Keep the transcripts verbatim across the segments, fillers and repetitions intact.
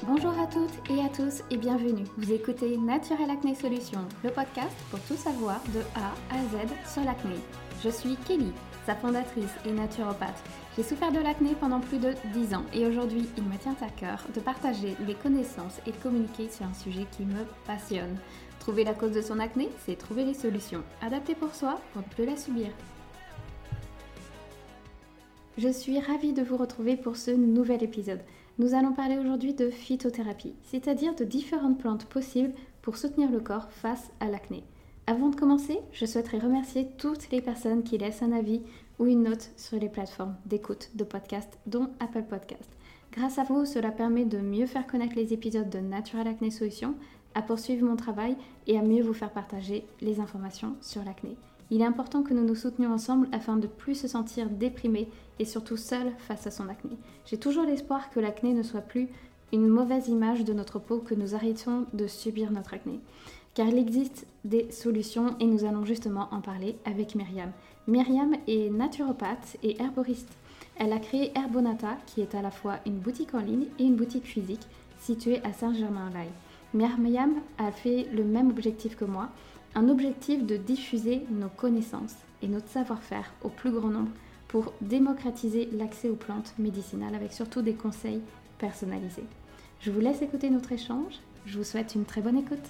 Bonjour à toutes et à tous et bienvenue. Vous écoutez Naturel Acné Solutions, le podcast pour tout savoir de A à Z sur l'acné. Je suis Kelly, sa fondatrice et naturopathe. J'ai souffert de l'acné pendant plus de dix ans et aujourd'hui, il me tient à cœur de partager mes connaissances et de communiquer sur un sujet qui me passionne. Trouver la cause de son acné, c'est trouver les solutions adaptées pour soi pour ne plus la subir. Je suis ravie de vous retrouver pour ce nouvel épisode. Nous allons parler aujourd'hui de phytothérapie, c'est-à-dire de différentes plantes possibles pour soutenir le corps face à l'acné. Avant de commencer, je souhaiterais remercier toutes les personnes qui laissent un avis ou une note sur les plateformes d'écoute de podcasts, dont Apple Podcasts. Grâce à vous, cela permet de mieux faire connaître les épisodes de Naturel Acné Solutions, à poursuivre mon travail et à mieux vous faire partager les informations sur l'acné. Il est important que nous nous soutenions ensemble afin de ne plus se sentir déprimé et surtout seul face à son acné. J'ai toujours l'espoir que l'acné ne soit plus une mauvaise image de notre peau, que nous arrêtions de subir notre acné. Car il existe des solutions et nous allons justement en parler avec Myriam. Myriam est naturopathe et herboriste. Elle a créé Herbonata, qui est à la fois une boutique en ligne et une boutique physique située à Saint-Germain-en-Laye. Myriam a fait le même objectif que moi, un objectif de diffuser nos connaissances et notre savoir-faire au plus grand nombre pour démocratiser l'accès aux plantes médicinales avec surtout des conseils personnalisés. Je vous laisse écouter notre échange. Je vous souhaite une très bonne écoute.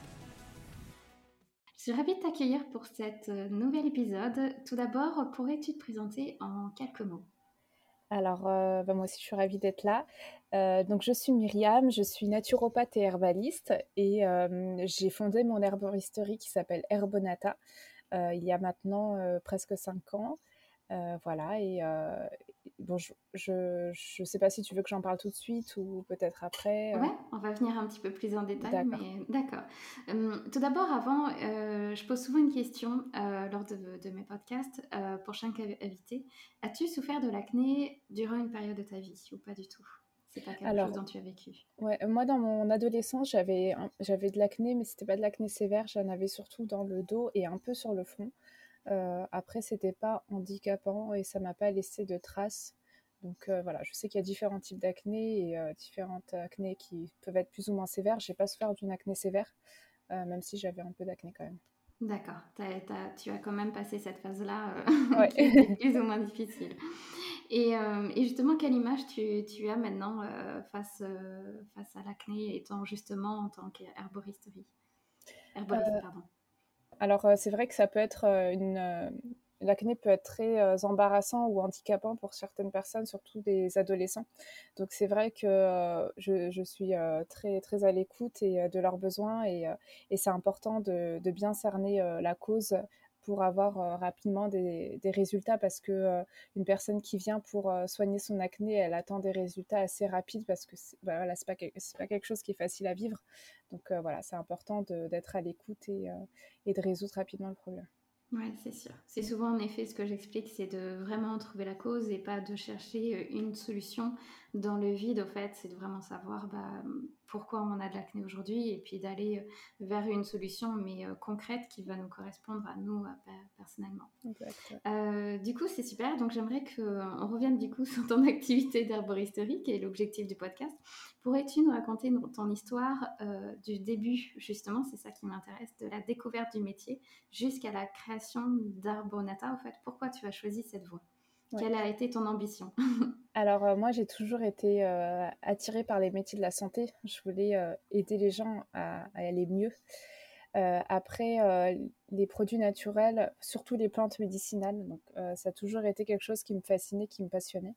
Je suis ravie de t'accueillir pour cet nouvel épisode. Tout d'abord, pourrais-tu te présenter en quelques mots ? Alors, euh, bah moi aussi, je suis ravie d'être là. Euh, donc, je suis Myriam, je suis naturopathe et herbaliste et euh, j'ai fondé mon herboristerie qui s'appelle Herbonata euh, il y a maintenant euh, presque cinq ans. Euh, voilà, et euh, bon, je, je, je sais pas si tu veux que j'en parle tout de suite ou peut-être après. euh. Ouais, on va venir un petit peu plus en détail, D'accord. mais d'accord. Hum, tout d'abord, avant, euh, je pose souvent une question euh, lors de, de mes podcasts euh, pour chaque invité. As-tu souffert de l'acné durant une période de ta vie ou pas du tout ? C'est pas quelque chose Alors, dont tu as vécu. ouais, moi, dans mon adolescence, j'avais, un- j'avais de l'acné, mais c'était pas de l'acné sévère. J'en avais surtout dans le dos et un peu sur le front. Euh, après, c'était pas handicapant et ça m'a pas laissé de traces. Donc euh, voilà, je sais qu'il y a différents types d'acné et euh, différentes acné qui peuvent être plus ou moins sévères. J'ai pas souffert d'une acné sévère, euh, même si j'avais un peu d'acné quand même. D'accord, T'as- t'as- tu as quand même passé cette phase-là euh, Ouais. qui était plus ou moins difficile. Et, euh, et justement, quelle image tu, tu as maintenant euh, face, euh, face à l'acné, étant justement en tant qu'herboristerie herboriste, Euh, pardon. alors euh, c'est vrai que ça peut être euh, une euh, l'acné peut être très euh, embarrassant ou handicapant pour certaines personnes, surtout des adolescents. Donc c'est vrai que euh, je, je suis euh, très très à l'écoute et euh, de leurs besoins et, euh, et c'est important de, de bien cerner euh, la cause pour avoir euh, rapidement des, des résultats parce que euh, une personne qui vient pour euh, soigner son acné, elle attend des résultats assez rapides parce que c'est, bah, voilà, c'est pas c'est pas quelque chose qui est facile à vivre. Donc euh, voilà, c'est important de, d'être à l'écoute et, euh, et de résoudre rapidement le problème. Ouais, c'est sûr. C'est souvent en effet ce que j'explique, c'est de vraiment trouver la cause et pas de chercher euh, une solution dans le vide. Au fait, c'est de vraiment savoir bah, pourquoi on a de l'acné aujourd'hui et puis d'aller euh, vers une solution mais euh, concrète qui va nous correspondre à nous euh, personnellement. Exact. Euh, du coup, c'est super. Donc, j'aimerais qu'on revienne du coup sur ton activité d'herboristerie, qui est l'objectif du podcast. Pourrais-tu nous raconter ton histoire euh, du début, justement, c'est ça qui m'intéresse, de la découverte du métier jusqu'à la création d'Herbonata, en fait. Pourquoi tu as choisi cette voie ? Ouais. Quelle a été ton ambition ? Alors euh, moi j'ai toujours été euh, attirée par les métiers de la santé. Je voulais euh, aider les gens à, à aller mieux. Euh, après euh, les produits naturels, surtout les plantes médicinales, donc euh, ça a toujours été quelque chose qui me fascinait, qui me passionnait.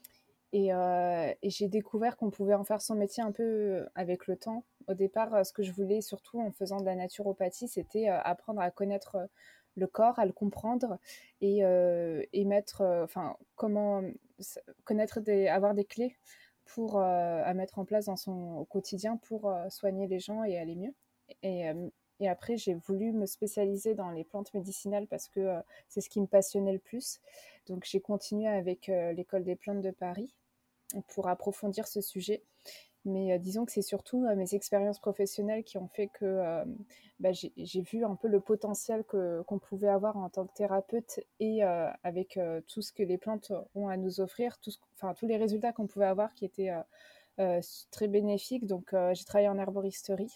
Et, euh, et j'ai découvert qu'on pouvait en faire son métier un peu avec le temps. Au départ, euh, ce que je voulais, surtout en faisant de la naturopathie, c'était euh, apprendre à connaître euh, le corps, à le comprendre et, euh, et mettre, euh, enfin, comment connaître des, avoir des clés pour euh, à mettre en place dans son au quotidien pour euh, soigner les gens et aller mieux. Et, euh, et après, j'ai voulu me spécialiser dans les plantes médicinales parce que euh, c'est ce qui me passionnait le plus. Donc, j'ai continué avec euh, l'école des plantes de Paris pour approfondir ce sujet. Mais euh, disons que c'est surtout euh, mes expériences professionnelles qui ont fait que euh, bah, j'ai, j'ai vu un peu le potentiel que, qu'on pouvait avoir en tant que thérapeute et euh, avec euh, tout ce que les plantes ont à nous offrir, tout ce, enfin, tous les résultats qu'on pouvait avoir qui étaient euh, heu, s très bénéfique. Donc heu, j'ai travaillé en herboristerie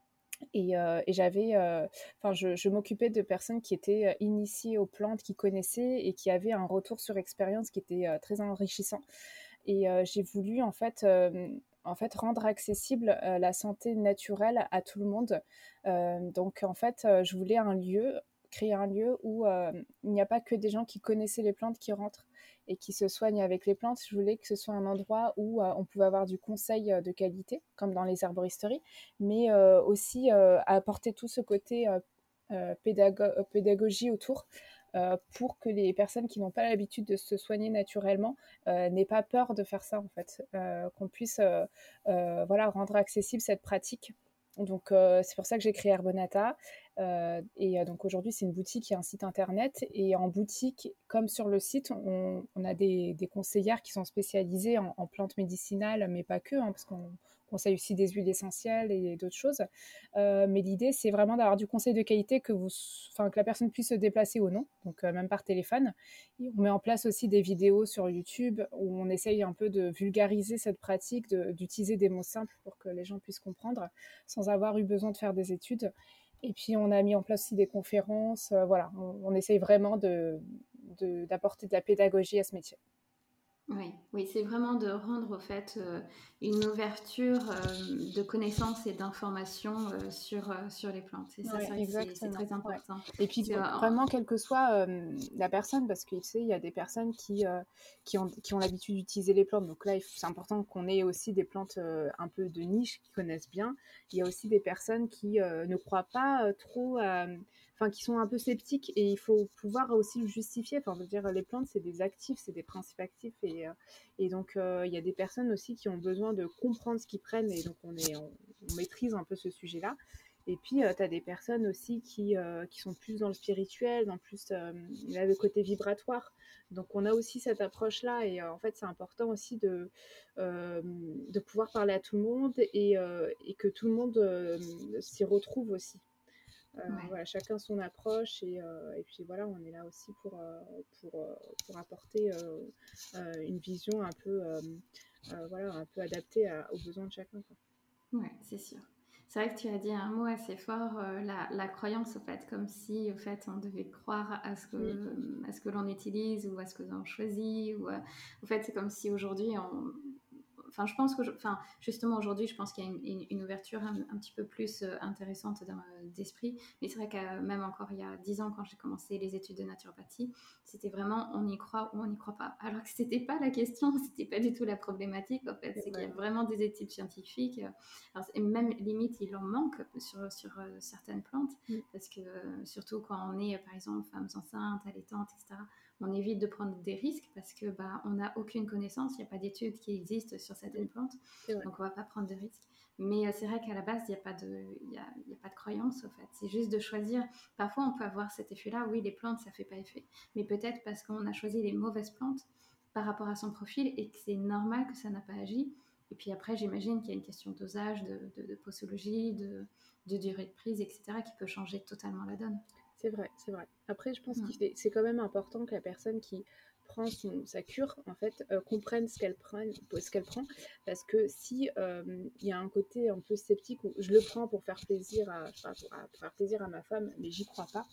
et heu et j'avais, heu, enfin je je m'occupais de personnes qui étaient, heu, initiées aux plantes, qui connaissaient et qui avaient un retour sur expérience qui était, heu, très enrichissant. Et heu, j'ai voulu en fait, hem, en fait rendre accessible, heu, la santé naturelle à tout le monde. Hem, donc en fait, heu, je voulais un lieu créer un lieu où, hem, il n'y a pas que des gens qui connaissaient les plantes qui rentrent et qui se soignent avec les plantes. Je voulais que ce soit un endroit où, heu, on pouvait avoir du conseil, heu, de qualité, comme dans les herboristeries, mais heu, aussi, heu, apporter tout ce côté, heu heu, pédago pédagogie autour, heu, pour que les personnes qui n'ont pas l'habitude de se soigner naturellement, heu, n'aient pas peur de faire ça en fait, heu, qu'on puisse, heu heu, voilà, rendre accessible cette pratique. Donc heu, c'est pour ça que j'ai créé Herbonata, heu et heu, donc aujourd'hui c'est une boutique et un site internet, et en boutique comme sur le site, on on a des des conseillères qui sont spécialisées en en plantes médicinales, mais pas que, hein, parce qu'on conseille aussi des huiles essentielles et d'autres choses. Heu, mais l'idée, c'est vraiment d'avoir du conseil de qualité, que vous enfin, que la personne puisse se déplacer ou non, donc heu, même par téléphone. Et on met en place aussi des vidéos sur YouTube où on essaye un peu de vulgariser cette pratique, de d'utiliser des mots simples pour que les gens puissent comprendre, sans avoir eu besoin de faire des études. Et puis on a mis en place aussi des conférences, heu, voilà, on on essaye vraiment de de d'apporter de la pédagogie à ce métier. Oui, oui, c'est vraiment de rendre au fait euh, une ouverture euh, de connaissances et d'informations euh, sur, euh, sur les plantes. Et ça, Ouais, c'est vrai que c'est c'est exactement, très ouais. important. Et puis C'est, v euh, vraiment, quelle que soit, hem, la personne, parce que tu sais, il y a des personnes qui, heu, qui ont qui ont l'habitude d'utiliser les plantes. Donc là, il f c'est important qu'on ait aussi des plantes, heu, un peu de niche, qui connaissent bien. Il y a aussi des personnes qui, heu, ne croient pas, heu, trop à, mmh, enfin, qui sont un peu sceptiques, et il faut pouvoir aussi le justifier. Enfin, je veux dire, les plantes, c'est des actifs, c'est des principes actifs, et heu et donc heu, il y a des personnes aussi qui ont besoin de comprendre ce qu'ils prennent, et donc on est on on maîtrise un peu ce sujet-là. Et puis, euh, tu as des personnes aussi qui, euh, qui sont plus dans le spirituel, dans plus euh, là, le côté vibratoire. Donc, on a aussi cette approche-là. Et euh, en fait, c'est important aussi de, euh, de pouvoir parler à tout le monde, et, euh, et que tout le monde euh, s'y retrouve aussi. Euh, ouais. voilà, chacun son approche. Et, euh, et puis voilà, on est là aussi pour, euh, pour, euh, pour apporter euh, euh, une vision un peu, euh, euh, voilà, un peu adaptée à- aux besoins de chacun, quoi. Ouais, c'est sûr. C'est vrai que tu as dit un mot assez fort, euh, la, la croyance, au fait, comme si, au fait, on devait croire à ce Mm. que, à ce que l'on utilise ou à ce que l'on choisit. Ou, euh, au fait, c'est comme si aujourd'hui, on... Enfin, je pense que, enfin, justement, aujourd'hui, je pense qu'il y a une, une- une ouverture un, un petit peu plus euh, intéressante dans- d'esprit. Mais c'est vrai que même encore il y a dix ans, quand j'ai commencé les études de naturopathie, c'était vraiment on y croit ou on n'y croit pas. Alors que c'était pas la question, c'était pas du tout la problématique, en fait. C'est C'est qu'il y a vrai. vraiment des études scientifiques. euh, alors, et même limite, il en manque sur, sur euh, certaines plantes, Mm. parce que euh, surtout quand on est, euh, par exemple, femmes enceintes, allaitantes, et cetera, on évite de prendre des risques parce que bah, on n'a aucune connaissance, il n'y a pas d'études qui existent sur Mm. certaines plantes, C'est vrai. donc on ne va pas prendre de risques. Mais euh, c'est vrai qu'à la base, il n'y a, pas de, il y a, il y a pas de croyance, au fait. C'est juste de choisir. Parfois, on peut avoir cet effet-là, oui, les plantes, ça ne fait pas effet. Mais peut-être parce qu'on a choisi les mauvaises plantes par rapport à son profil et que c'est normal que ça n'a pas agi. Et puis après, j'imagine qu'il y a une question de dosage, de, de, de posologie, de, de durée de prise, et cetera, qui peut changer totalement la donne. C'est vrai, c'est vrai. Après, je pense que Mm. c'est quand même important que la personne qui prend son, sa cure, en fait, euh, comprenne ce qu'elle prend, ce qu'elle prend, parce que si euh, il y a un côté un peu sceptique où je le prends pour faire plaisir à, enfin, pour, à- pour faire plaisir à ma femme, mais j'y crois pas,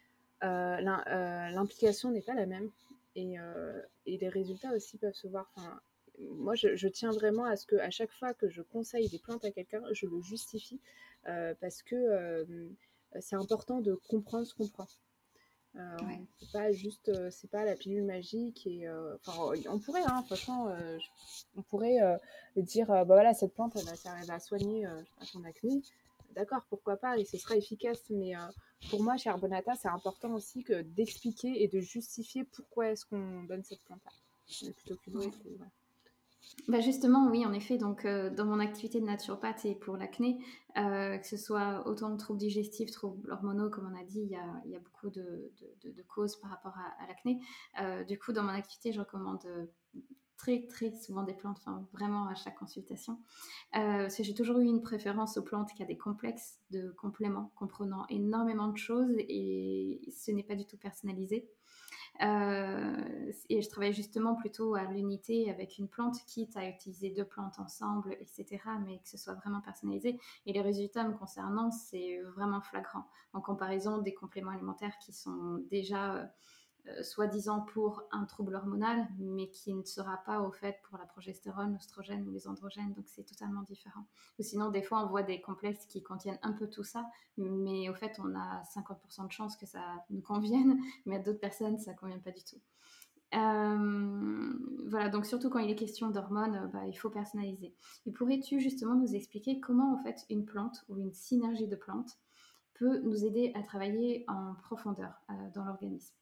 euh, l'im- euh, l'implication n'est pas la même, et, euh, et les résultats aussi peuvent se voir. Enfin, moi, je, je tiens vraiment à ce que à chaque fois que je conseille des plantes à quelqu'un, je le justifie, euh, parce que euh, c'est important de comprendre ce qu'on prend. Euh, Ouais. on peut pas juste, euh, c'est pas la pilule magique, et euh, enfin, on pourrait, hein, franchement, euh, je- on pourrait euh, dire, euh, bah voilà, cette plante, elle va, ça, elle va soigner, euh, je sais pas, ton acné. D'accord, pourquoi pas, et ce sera efficace. Mais euh, pour moi, chez Arbonata, c'est important aussi que d'expliquer et de justifier pourquoi est-ce qu'on donne cette plante-là, plutôt qu'une Ouais. autre. ou- voilà. Bah justement, oui, en effet. Donc, euh, dans mon activité de naturopathe et pour l'acné, euh, que ce soit autant de troubles digestifs, troubles hormonaux, comme on a dit, il y a, il y a beaucoup de, de, de- de causes par rapport à, à l'acné. Euh, du coup, dans mon activité, je recommande euh, très, très souvent des plantes, enfin, vraiment à chaque consultation. Euh, parce que j'ai toujours eu une préférence aux plantes qui a des complexes de compléments comprenant énormément de choses et ce n'est pas du tout personnalisé. Euh, et je travaille justement plutôt à l'unité avec une plante, quitte à utiliser deux plantes ensemble, et cetera, mais que ce soit vraiment personnalisé. Et les résultats me concernant, c'est vraiment flagrant. En comparaison des compléments alimentaires qui sont déjà euh, euh, soi-disant pour un trouble hormonal, mais qui ne sera pas au fait pour la progestérone, l'oestrogène ou les androgènes. Donc c'est totalement différent. Ou sinon, des fois, on voit des complexes qui contiennent un peu tout ça, mais au fait, on a cinquante pour cent de chances que ça nous convienne, mais à d'autres personnes, ça ne convient pas du tout. Euh, voilà, donc surtout quand il est question d'hormones, bah, il faut personnaliser. Et pourrais-tu justement nous expliquer comment en fait une plante ou une synergie de plantes peut nous aider à travailler en profondeur euh, dans l'organisme?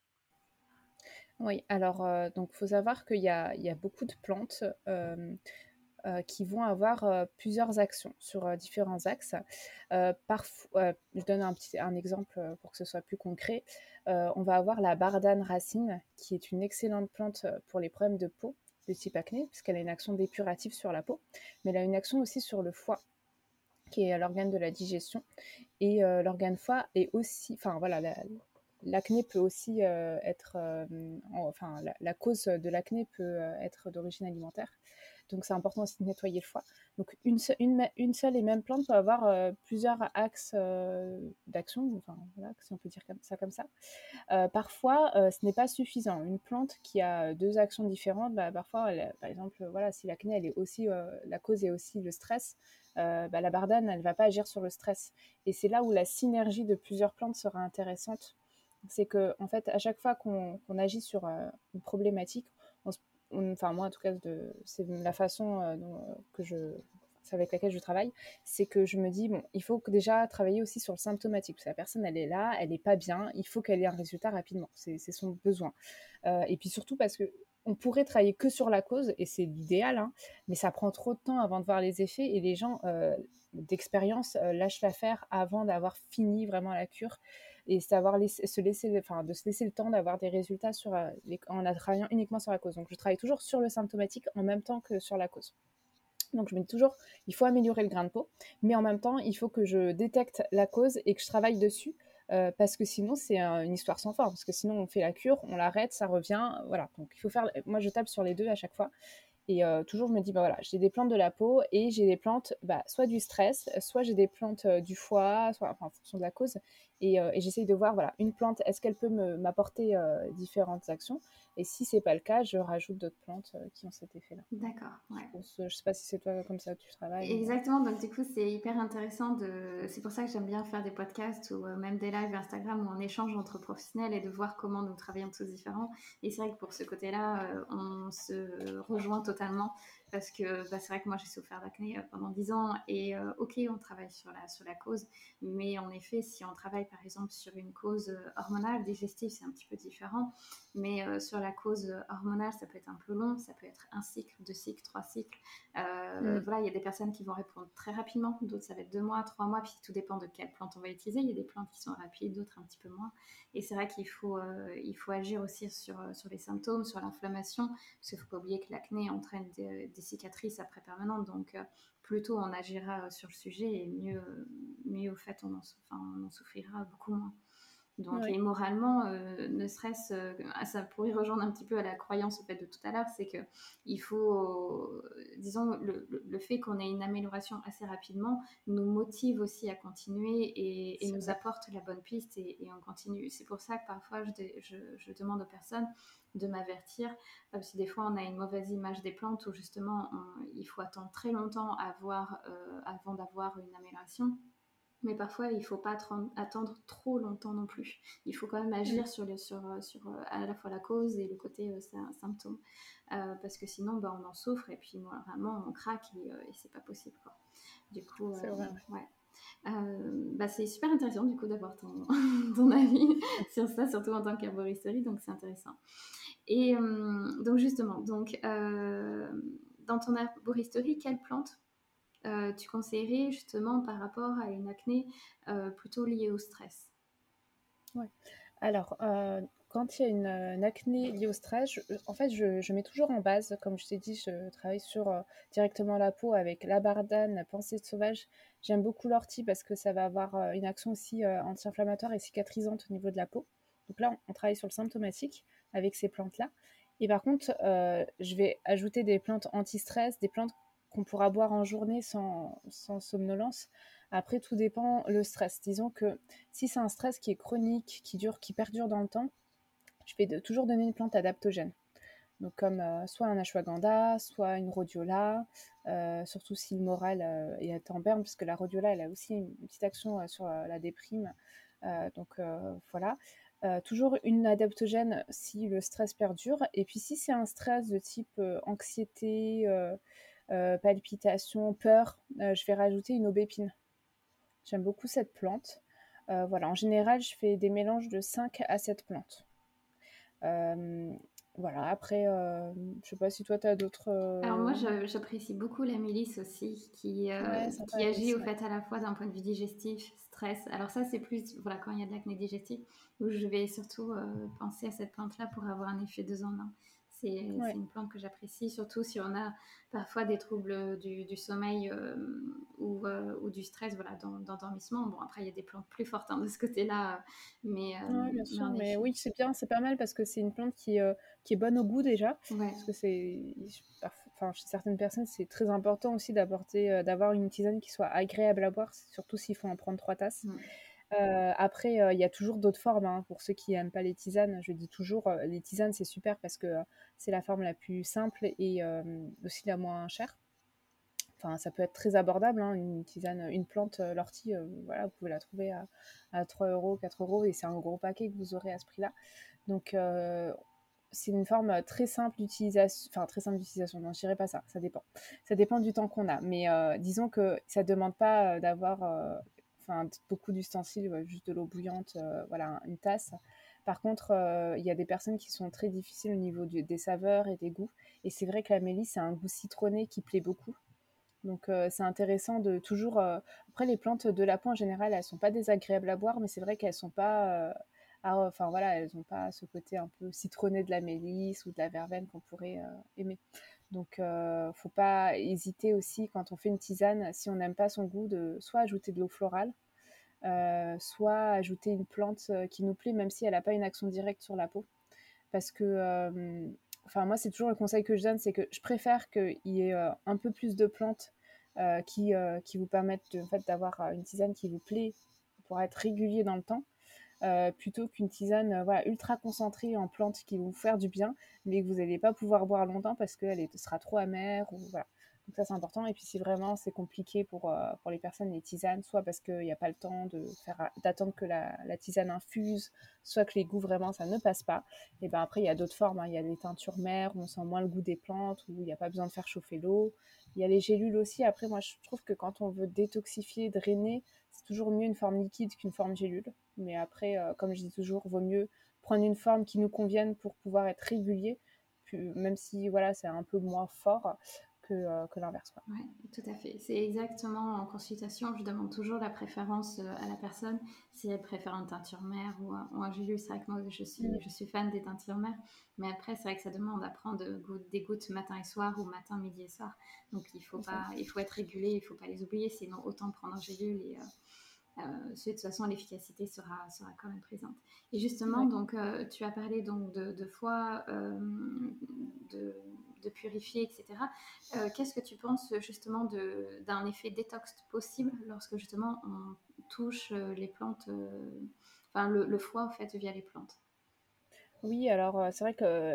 Oui, alors, euh, donc, faut savoir qu'il y a, il y a beaucoup de plantes euh, euh, qui vont avoir euh, plusieurs actions sur euh, différents axes. Euh, parfois, euh, je donne un petit un exemple euh, pour que ce soit plus concret. Euh, on va avoir la bardane racine, qui est une excellente plante euh, pour les problèmes de peau de type acné, puisqu'elle a une action dépurative sur la peau, mais elle a une action aussi sur le foie, qui est l'organe de la digestion. Et euh, l'organe foie est aussi, enfin voilà, la, l'acné peut aussi euh, être, euh, en, enfin la, la, cause de l'acné peut euh, être d'origine alimentaire. Donc c'est important aussi de nettoyer le foie. Donc une, se, une, une seule et même plante peut avoir euh, plusieurs axes euh, d'action, enfin voilà, si on peut dire comme ça comme ça. Euh, parfois, euh, ce n'est pas suffisant. Une plante qui a deux actions différentes, bah, parfois, elle, par exemple, voilà, si l'acné, elle est aussi, euh, la cause est aussi le stress, euh, bah, la bardane, elle ne va pas agir sur le stress. Et c'est là où la synergie de plusieurs plantes sera intéressante. C'est que, en fait, à chaque fois qu'on, qu'on agit sur euh, une problématique, on, on, enfin moi en tout cas, de, c'est la façon euh, dont, euh, que je, c'est avec laquelle je travaille, c'est que je me dis, bon, il faut déjà travailler aussi sur le symptomatique. Parce que la personne, elle est là, elle n'est pas bien, il faut qu'elle ait un résultat rapidement. C'est, c'est son besoin. Euh, et puis surtout parce que on pourrait travailler que sur la cause, et c'est l'idéal, hein, mais ça prend trop de temps avant de voir les effets, et les gens euh, d'expérience euh, lâchent l'affaire avant d'avoir fini vraiment la cure, et savoir laisser, se laisser, enfin, de se laisser le temps d'avoir des résultats sur, euh, les, en travaillant uniquement sur la cause. Donc je travaille toujours sur le symptomatique en même temps que sur la cause. Donc je me dis toujours, il faut améliorer le grain de peau, mais en même temps, il faut que je détecte la cause et que je travaille dessus, euh, parce que sinon, c'est un, une histoire sans fin. Parce que sinon, on fait la cure, on l'arrête, ça revient, voilà. Donc il faut faire, moi je tape sur les deux à chaque fois. Et euh, toujours, je me dis, bah voilà, j'ai des plantes de la peau et j'ai des plantes, bah, soit du stress, soit j'ai des plantes euh, du foie, soit, enfin, en fonction de la cause. Et, euh, et j'essaye de voir, voilà, une plante, est-ce qu'elle peut me, m'apporter euh, différentes actions? Et si c'est pas le cas, je rajoute d'autres plantes euh, qui ont cet effet-là. D'accord, Je ouais. pense, je sais pas si c'est toi comme ça que tu travailles, mais Exactement, donc du coup c'est hyper intéressant de... C'est pour ça que j'aime bien faire des podcasts ou euh, même des lives Instagram où on échange entre professionnels et de voir comment nous travaillons tous différents. Et c'est vrai que pour ce côté-là, euh, on se rejoint totalement parce que bah, c'est vrai que moi j'ai souffert d'acné euh, pendant dix ans et euh, ok on travaille sur la, sur la cause, mais en effet si on travaille par exemple sur une cause euh, hormonale, digestive c'est un petit peu différent, mais euh, sur la cause hormonale ça peut être un peu long, ça peut être un cycle, deux cycles, trois cycles. Euh, mm. voilà, il y a des personnes qui vont répondre très rapidement, d'autres ça va être deux mois, trois mois, puis tout dépend de quelle plante on va utiliser. Il y a des plantes qui sont rapides, d'autres un petit peu moins. Et c'est vrai qu'il faut, euh, il faut agir aussi sur, euh, sur les symptômes, sur l'inflammation, parce qu'il ne faut pas oublier que l'acné entraîne des, des cicatrices après permanentes. Donc, euh, plus tôt on agira sur le sujet, et mieux, mieux au fait on en, enfin, on en souffrira beaucoup moins. Donc, Oui. et moralement, euh, ne serait-ce, euh, ça pourrait rejoindre un petit peu à la croyance au fait de tout à l'heure, c'est que il faut, euh, disons, le, le, le fait qu'on ait une amélioration assez rapidement nous motive aussi à continuer et, et C'est nous vrai. apporte la bonne piste et, et on continue. C'est pour ça que parfois je, je, je demande aux personnes de m'avertir, parce que des fois on a une mauvaise image des plantes où justement on, il faut attendre très longtemps à voir, euh, avant d'avoir une amélioration. Mais parfois, il ne faut pas attendre trop longtemps non plus. Il faut quand même Mm. agir sur, le, sur, sur euh, à la fois la cause et le côté euh, symptôme. Euh, parce que sinon, bah, on en souffre et puis moi, vraiment, on craque et, euh, et c'est pas possible, quoi. Du coup, euh, C'est vrai, ouais. ouais. Euh, bah, c'est super intéressant du coup d'avoir ton, ton avis sur ça, surtout en tant qu'herboristerie, donc c'est intéressant. Et euh, donc justement, donc, euh, dans ton herboristerie, quelle plante euh, tu conseillerais justement par rapport à une acné euh, plutôt liée au stress? Ouais. Alors, euh, quand il y a une, une acné liée au stress, je- en fait, je, je mets toujours en base, comme je t'ai dit, je travaille sur euh, directement la peau avec la bardane, la pensée sauvage. J'aime beaucoup l'ortie parce que ça va avoir euh, une action aussi euh, anti-inflammatoire et cicatrisante au niveau de la peau. Donc là, on, on travaille sur le symptomatique. avec ces plantes-là. Et par contre, euh, je vais ajouter des plantes anti-stress, des plantes qu'on pourra boire en journée sans, sans somnolence. Après, tout dépend le stress. Disons que si c'est un stress qui est chronique, qui dure, qui perdure dans le temps, je vais de- toujours donner une plante adaptogène. Donc comme euh, soit un ashwagandha, soit une rhodiola, euh, surtout si le moral euh, est en berne, puisque la rhodiola, elle a aussi une petite action euh, sur euh, la déprime. Euh, donc euh, voilà. Euh, toujours une adaptogène si le stress perdure. Et puis si c'est un stress de type euh, anxiété, euh, euh, palpitations, peur, euh, je vais rajouter une aubépine. J'aime beaucoup cette plante. Euh, voilà, en général, je fais des mélanges de cinq à sept plantes. Euh, voilà, après, euh, je sais pas si toi, tu as d'autres... Alors moi, euh, je- j'apprécie beaucoup la mélisse aussi, qui, Ouais, euh, sympa qui la agit mélisse, au ouais. fait à la fois d'un point de vue digestif, stress. Alors ça, c'est plus voilà, quand il y a de l'acné digestif, où je vais surtout euh, penser à cette plante-là pour avoir un effet deux en un. C'est c'est Ouais, une plante que j'apprécie, surtout si on a parfois des troubles du, du sommeil euh, ou, euh, ou du stress, voilà, dans- d'endormissement. Bon, après, il y a des plantes plus fortes hein, de ce côté-là, mais, euh, ouais, bien mais sûr. en Mais effet. oui, c'est bien, c'est pas mal parce que c'est une plante qui, euh, qui est bonne au goût déjà. Ouais. Parce que c'est... Enfin, chez certaines personnes, c'est très important aussi d'apporter, euh, d'avoir une tisane qui soit agréable à boire, surtout s'il faut en prendre trois tasses. Mm. Euh, après, euh, il y a toujours d'autres formes, hein. Pour ceux qui n'aiment pas les tisanes, je dis toujours, euh, les tisanes, c'est super parce que euh, c'est la forme la plus simple et euh, aussi la moins chère. Enfin, ça peut être très abordable, hein, une tisane, une plante, euh, l'ortie, euh, voilà, vous pouvez la trouver à, à trois euros, quatre euros, et c'est un gros paquet que vous aurez à ce prix-là. Donc, euh, c'est une forme très simple d'utilisation, enfin très simple d'utilisation, non, je dirais pas ça, ça dépend. Ça dépend du temps qu'on a, mais euh, disons que ça ne demande pas euh, d'avoir euh, enfin, beaucoup d'ustensiles, ouais, juste de l'eau bouillante, euh, voilà, une tasse. Par contre, euh, il y a des personnes qui sont très difficiles au niveau du- des saveurs et des goûts, et c'est vrai que la mélisse a un goût citronné qui plaît beaucoup. Donc euh, c'est intéressant de toujours. euh, Après les plantes de la peau en général, elles sont pas désagréables à boire, mais c'est vrai qu'elles sont pas. euh, à- Enfin voilà, elles ont pas ce côté un peu citronné de la mélisse ou de la verveine qu'on pourrait euh, aimer. Donc euh, faut pas hésiter aussi quand on fait une tisane, si on n'aime pas son goût, de soit ajouter de l'eau florale, euh, soit ajouter une plante euh, qui nous plaît, même si elle n'a pas une action directe sur la peau. Parce que euh, enfin moi c'est toujours le conseil que je donne, c'est que je préfère qu'il y ait euh, un peu plus de plantes euh, qui, euh, qui vous permettent de, en fait, d'avoir euh, une tisane qui vous plaît pour être régulier dans le temps, euh, plutôt qu'une tisane euh, voilà, ultra concentrée en plantes qui vont vous faire du bien, mais que vous n'allez pas pouvoir boire longtemps parce qu'elle est- sera trop amère. Ou, voilà. Donc ça c'est important. Et puis si vraiment c'est compliqué pour, euh, pour les personnes, les tisanes, soit parce qu'il n'y a pas le temps de faire, d'attendre que la, la tisane infuse, soit que les goûts vraiment ça ne passe pas, et ben après il y a d'autres formes, hein. Il y a les teintures mères où on sent moins le goût des plantes, où il n'y a pas besoin de faire chauffer l'eau. Il y a les gélules aussi. Après moi je trouve que quand on veut détoxifier, drainer, c'est toujours mieux une forme liquide qu'une forme gélule. Mais après, euh, comme je dis toujours, vaut mieux prendre une forme qui nous convienne pour pouvoir être régulier, puis, même si voilà, c'est un peu moins fort que, euh, que l'inverse, quoi. Oui, tout à fait. C'est exactement en consultation, je demande toujours la préférence euh, à la personne, si elle préfère une teinture mère ou un, ou un gélule. C'est vrai que moi, je suis, Mm. je suis fan des teintures mères, mais après, c'est vrai que ça demande à prendre de gou- des gouttes matin et soir ou matin, midi et soir. Donc, il faut, C'est ça. pas, il faut être régulé, il ne faut pas les oublier, sinon autant prendre un gélule et, euh, euh, de toute façon, l'efficacité sera, sera quand même présente. Et justement, Ouais. donc, euh, tu as parlé donc de, de foie, euh, de, de purifier, et cetera. Euh, qu'est-ce que tu penses justement de, d'un effet détox possible lorsque justement on touche euh, les plantes, euh, enfin le, le foie en fait via les plantes? Oui, alors euh, c'est vrai que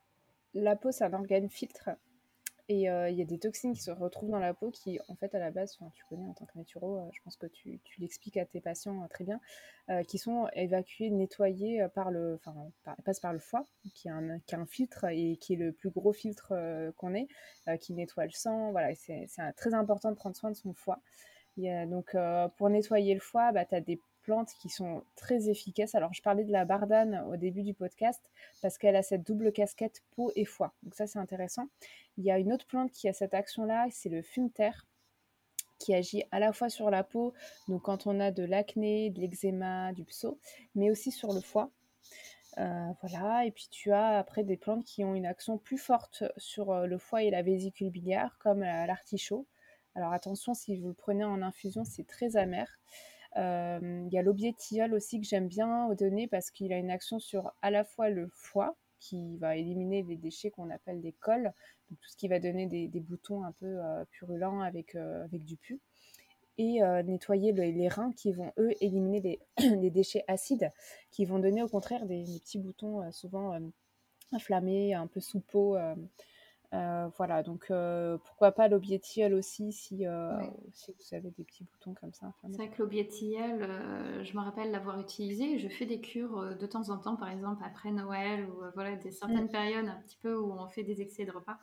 la peau, c'est un organe filtre. Et euh, il y a des toxines qui se retrouvent dans la peau qui, en fait, à la base, enfin, tu connais en tant que naturo, euh, je pense que tu, tu l'expliques à tes patients euh, très bien, euh, qui sont évacués, nettoyés euh, par le, enfin, par, passent par le foie, qui est un, qui est un filtre et qui est le plus gros filtre euh, qu'on ait, euh, qui nettoie le sang. Voilà, et c'est, c'est un- très important de prendre soin de son foie. Il y a, donc, euh, pour nettoyer le foie, bah, tu as des plantes qui sont très efficaces. Alors, je parlais de la bardane au début du podcast parce qu'elle a cette double casquette peau et foie. Donc, ça, c'est intéressant. Il y a une autre plante qui a cette action-là, c'est le fumeterre, qui agit à la fois sur la peau, donc quand on a de l'acné, de l'eczéma, du pso, mais aussi sur le foie. Euh, voilà, et puis tu as après des plantes qui ont une action plus forte sur euh, le foie et la vésicule biliaire, comme euh, l'artichaut. Alors attention, si vous le prenez en infusion, c'est très amer. Euh, Il y a l'aubier tilleul aussi que j'aime bien donner parce qu'il a une action sur à la fois le foie. qui va éliminer les déchets qu'on appelle des cols, donc tout ce qui va donner des, des boutons un peu euh, purulents avec, euh, avec du pus, et euh, nettoyer le, les reins qui vont, eux, éliminer les, les déchets acides, qui vont donner au contraire des, des petits boutons euh, souvent euh, inflammés, un peu sous peau. Euh, euh, voilà, donc euh, pourquoi pas l'aubiétiol aussi si, euh, Ouais. si vous avez des petits boutons comme ça C'est inflammés. vrai que l'aubiétiel, euh, je me rappelle l'avoir utilisé. Je fais des cures euh, de temps en temps, par exemple après Noël ou euh, voilà, des Mm. certaines périodes un petit peu où on fait des excès de repas.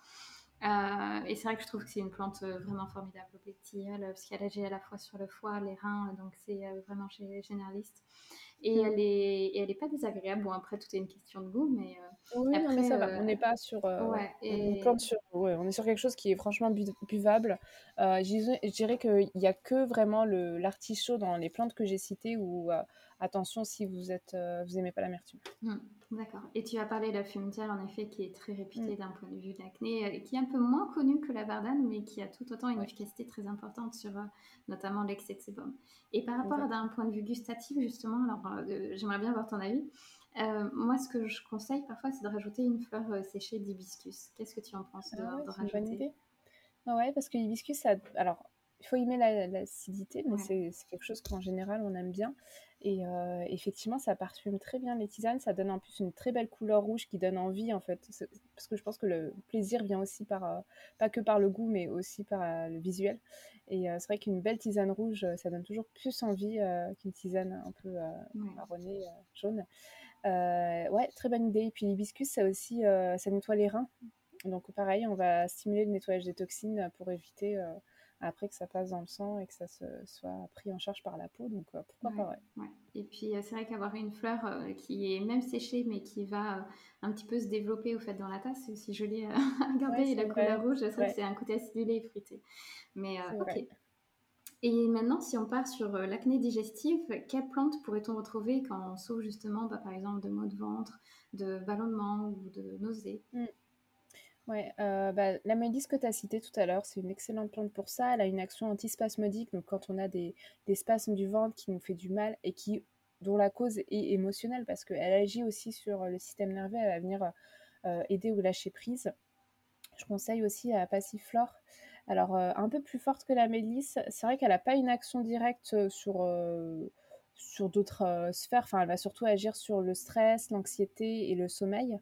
Euh, et c'est vrai que je trouve que c'est une plante euh, vraiment formidable, l'aubiétiel, parce qu'elle agit à la fois sur le foie, les reins, donc c'est euh, vraiment gé- généraliste. Et Mm. elle est, et elle est pas désagréable. Bon, après, tout est une question de goût, mais euh, Oui, non, mais après, ça va. euh, On n'est pas sur, euh, ouais. ouais. On Et plante sur, ouais, on est sur quelque chose qui est franchement bu- buvable. Euh, je dirais je dirais qu'il n'y a que vraiment le l'artichaut dans les plantes que j'ai citées où, euh, attention si vous êtes, euh, vous aimez pas l'amertume. Hmm, d'accord. Et tu as parlé de la fumetière, en effet, qui est très Mm. réputée d'un point de vue de l'acné, euh, et qui est un peu moins connue que la bardane, mais qui a tout autant une Ouais, efficacité très importante sur euh, notamment l'excès de sébum. Et par rapport à d'un exactement. point de vue gustatif, justement, alors euh, j'aimerais bien avoir ton avis. Euh, moi, ce que je conseille parfois, c'est de rajouter une fleur euh, séchée d'hibiscus. Qu'est-ce que tu en penses de, Ah ouais, de c'est une bonne rajouter? idée. Ah ouais, parce que l'hibiscus, ça, alors, il faut aimer la- l'acidité, mais Ouais. c'est c'est quelque chose qu'en général on aime bien. Et euh, effectivement, ça parfume très bien les tisanes. Ça donne en plus une très belle couleur rouge qui donne envie, en fait. C'est- Parce que je pense que le plaisir vient aussi par, euh, pas que par le goût, mais aussi par euh, le visuel. Et euh, c'est vrai qu'une belle tisane rouge, euh, ça donne toujours plus envie euh, qu'une tisane un peu euh, Ouais. marronnée, euh, jaune. Euh, ouais, très bonne idée. Et puis l'hibiscus, ça aussi, euh, ça nettoie les reins. Donc pareil, on va stimuler le nettoyage des toxines pour éviter euh, après que ça passe dans le sang et que ça se, soit pris en charge par la peau. Donc euh, pourquoi Ouais, pas, ouais. ouais. Et puis euh, c'est vrai qu'avoir une fleur euh, qui est même séchée mais qui va euh, un petit peu se développer au fait dans la tasse, c'est aussi joli à à regarder. Ouais, Et c'est la couleur vrai, rouge, c'est c'est vrai que vrai, c'est un côté acidulé et fruité. Mais c'est euh, ok. vrai. Et maintenant, si on part sur euh, l'acné digestive, quelle plante pourrait-on retrouver quand on souffre justement, bah, par exemple, de maux de ventre, de ballonnement ou de nausées? Mm. Ouais, euh, bah, la mélisse que tu as citée tout à l'heure, c'est une excellente plante pour ça. Elle a une action antispasmodique, donc quand on a des, des spasmes du ventre qui nous fait du mal et qui, dont la cause est émotionnelle, parce qu'elle agit aussi sur le système nerveux, elle va venir euh, aider au lâcher prise. Je conseille aussi à Passiflore. Alors, euh, un peu plus forte que la mélisse, c'est vrai qu'elle n'a pas une action directe euh, sur, euh, sur d'autres euh, sphères. Enfin, elle va surtout agir sur le stress, l'anxiété et le sommeil.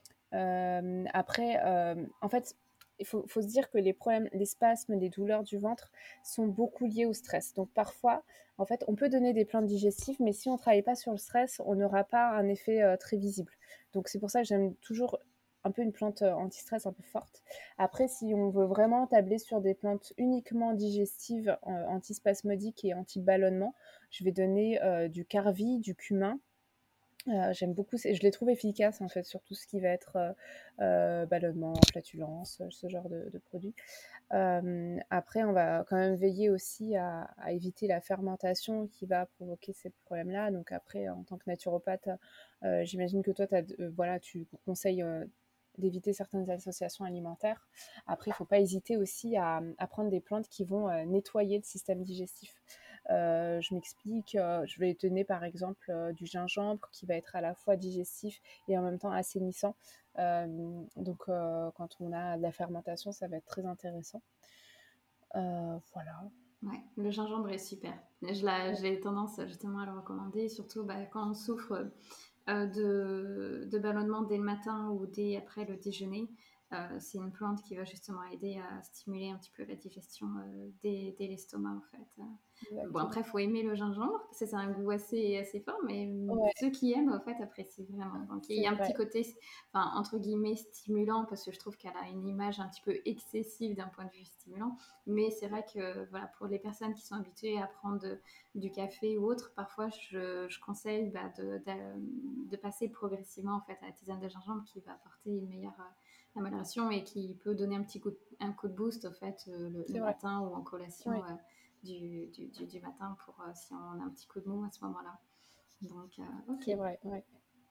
Euh, après, euh, en fait, il faut, faut se dire que les problèmes, les spasmes, les douleurs du ventre sont beaucoup liés au stress. Donc parfois, en fait, on peut donner des plantes digestives, mais si on ne travaille pas sur le stress, on n'aura pas un effet euh, très visible. Donc c'est pour ça que j'aime toujours un peu une plante euh, anti-stress un peu forte. Après, si on veut vraiment tabler sur des plantes uniquement digestives, euh, antispasmodiques et anti-ballonnement, je vais donner euh, du carvi, du cumin. Euh, j'aime beaucoup, je les trouve efficaces en fait sur tout ce qui va être euh, euh, ballonnement, flatulence, ce genre de, de produits. Euh, après, on va quand même veiller aussi à, à éviter la fermentation qui va provoquer ces problèmes-là. Donc après, en tant que naturopathe, euh, j'imagine que toi, t'as, euh, voilà, tu conseilles euh, d'éviter certaines associations alimentaires. Après, il ne faut pas hésiter aussi à, à prendre des plantes qui vont euh, nettoyer le système digestif. Euh, je m'explique, euh, je vais donner par exemple euh, du gingembre qui va être à la fois digestif et en même temps assainissant. Euh, donc euh, quand on a de la fermentation, ça va être très intéressant. Euh, voilà. Ouais, le gingembre est super. Je la- J'ai tendance justement à le recommander, surtout bah, quand on souffre euh, de, de ballonnement dès le matin ou dès après le déjeuner. Euh, c'est une plante qui va justement aider à stimuler un petit peu la digestion euh, dès, dès l'estomac en fait. Euh, Bon, après, Exactement. il faut aimer le gingembre, parce que c'est un goût assez, assez fort, mais euh, Ouais, ceux qui aiment, en fait, apprécient vraiment. Donc, il y c'est a un petit vrai. côté, enfin, entre guillemets, stimulant, parce que je trouve qu'elle a une image un petit peu excessive d'un point de vue stimulant. Mais c'est vrai que, voilà, pour les personnes qui sont habituées à prendre de- du café ou autre, parfois, je, je conseille bah, de, de- de passer progressivement, en fait, à la tisane de gingembre qui va apporter une meilleure euh, amélioration et qui peut donner un petit coup, de- un coup de boost, en fait, euh, le, le C'est vrai. matin ou en collation. Oui, euh, du, du, du, du matin pour euh, si on a un petit coup de mou à ce moment-là. Donc, euh, ok. c'est vrai. Ouais.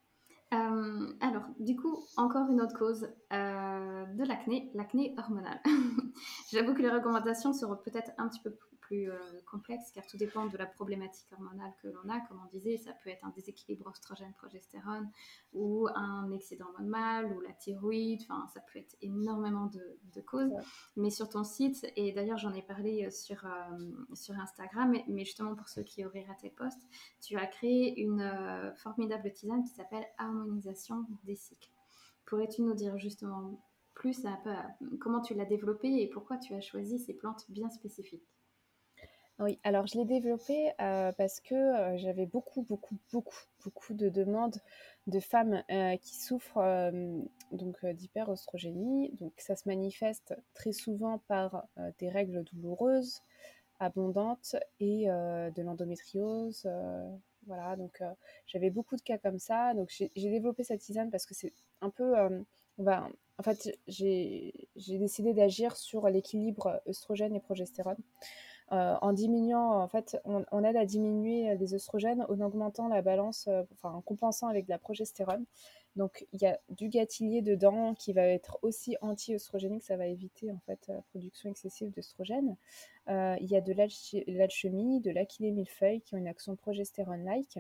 Euh, alors, du coup, encore une autre cause euh, de l'acné, l'acné hormonale. J'avoue que les recommandations seront peut-être un petit peu plus plus euh, complexe car tout dépend de la problématique hormonale que l'on a. Comme on disait, ça peut être un déséquilibre oestrogène-progestérone ou un excès d'hormones mâles ou la thyroïde. Enfin, ça peut être énormément de, de causes. Ouais. Mais sur ton site, et d'ailleurs j'en ai parlé sur, euh, sur Instagram, mais, mais justement pour ceux qui auraient raté le post, tu as créé une euh, formidable tisane qui s'appelle Harmonisation des cycles. Pourrais-tu nous dire justement plus un peu comment tu l'as développée et pourquoi tu as choisi ces plantes bien spécifiques? Oui, alors je l'ai développé euh, parce que euh, j'avais beaucoup, beaucoup, beaucoup, beaucoup de demandes de femmes euh, qui souffrent euh, donc euh, d'hyperostrogénie. Donc ça se manifeste très souvent par euh, des règles douloureuses, abondantes et euh, de l'endométriose. Euh, voilà, donc euh, j'avais beaucoup de cas comme ça. Donc j'ai j'ai développé cette tisane parce que c'est un peu, euh, on va, en fait, j'ai j'ai décidé d'agir sur l'équilibre œstrogène et progestérone. Euh, en diminuant, en fait, on, on aide à diminuer les œstrogènes en augmentant la balance, euh, enfin en compensant avec de la progestérone. Donc il y a du gâtillier dedans qui va être aussi anti-œstrogénique, ça va éviter en fait la production excessive d'œstrogènes. Euh, il y a de l'alchimie, de l'achillée millefeuille qui ont une action progestérone-like.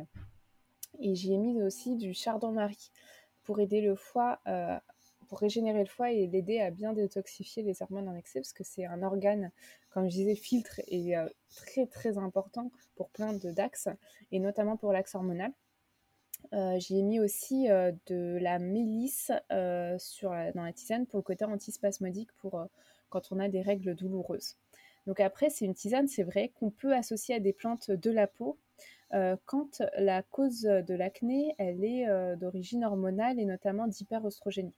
Et j'y ai mis aussi du chardon-marie pour aider le foie, euh, pour régénérer le foie et l'aider à bien détoxifier les hormones en excès, parce que c'est un organe, comme je disais, filtre et euh, très très important pour plein de d'axes, et notamment pour l'axe hormonal. Euh, j'y ai mis aussi euh, de la mélisse euh, sur la- dans la tisane pour le côté antispasmodique pour euh, quand on a des règles douloureuses. Donc après, c'est une tisane, c'est vrai, qu'on peut associer à des plantes de la peau euh, quand la cause de l'acné, elle est euh, d'origine hormonale et notamment d'hyperostrogénie.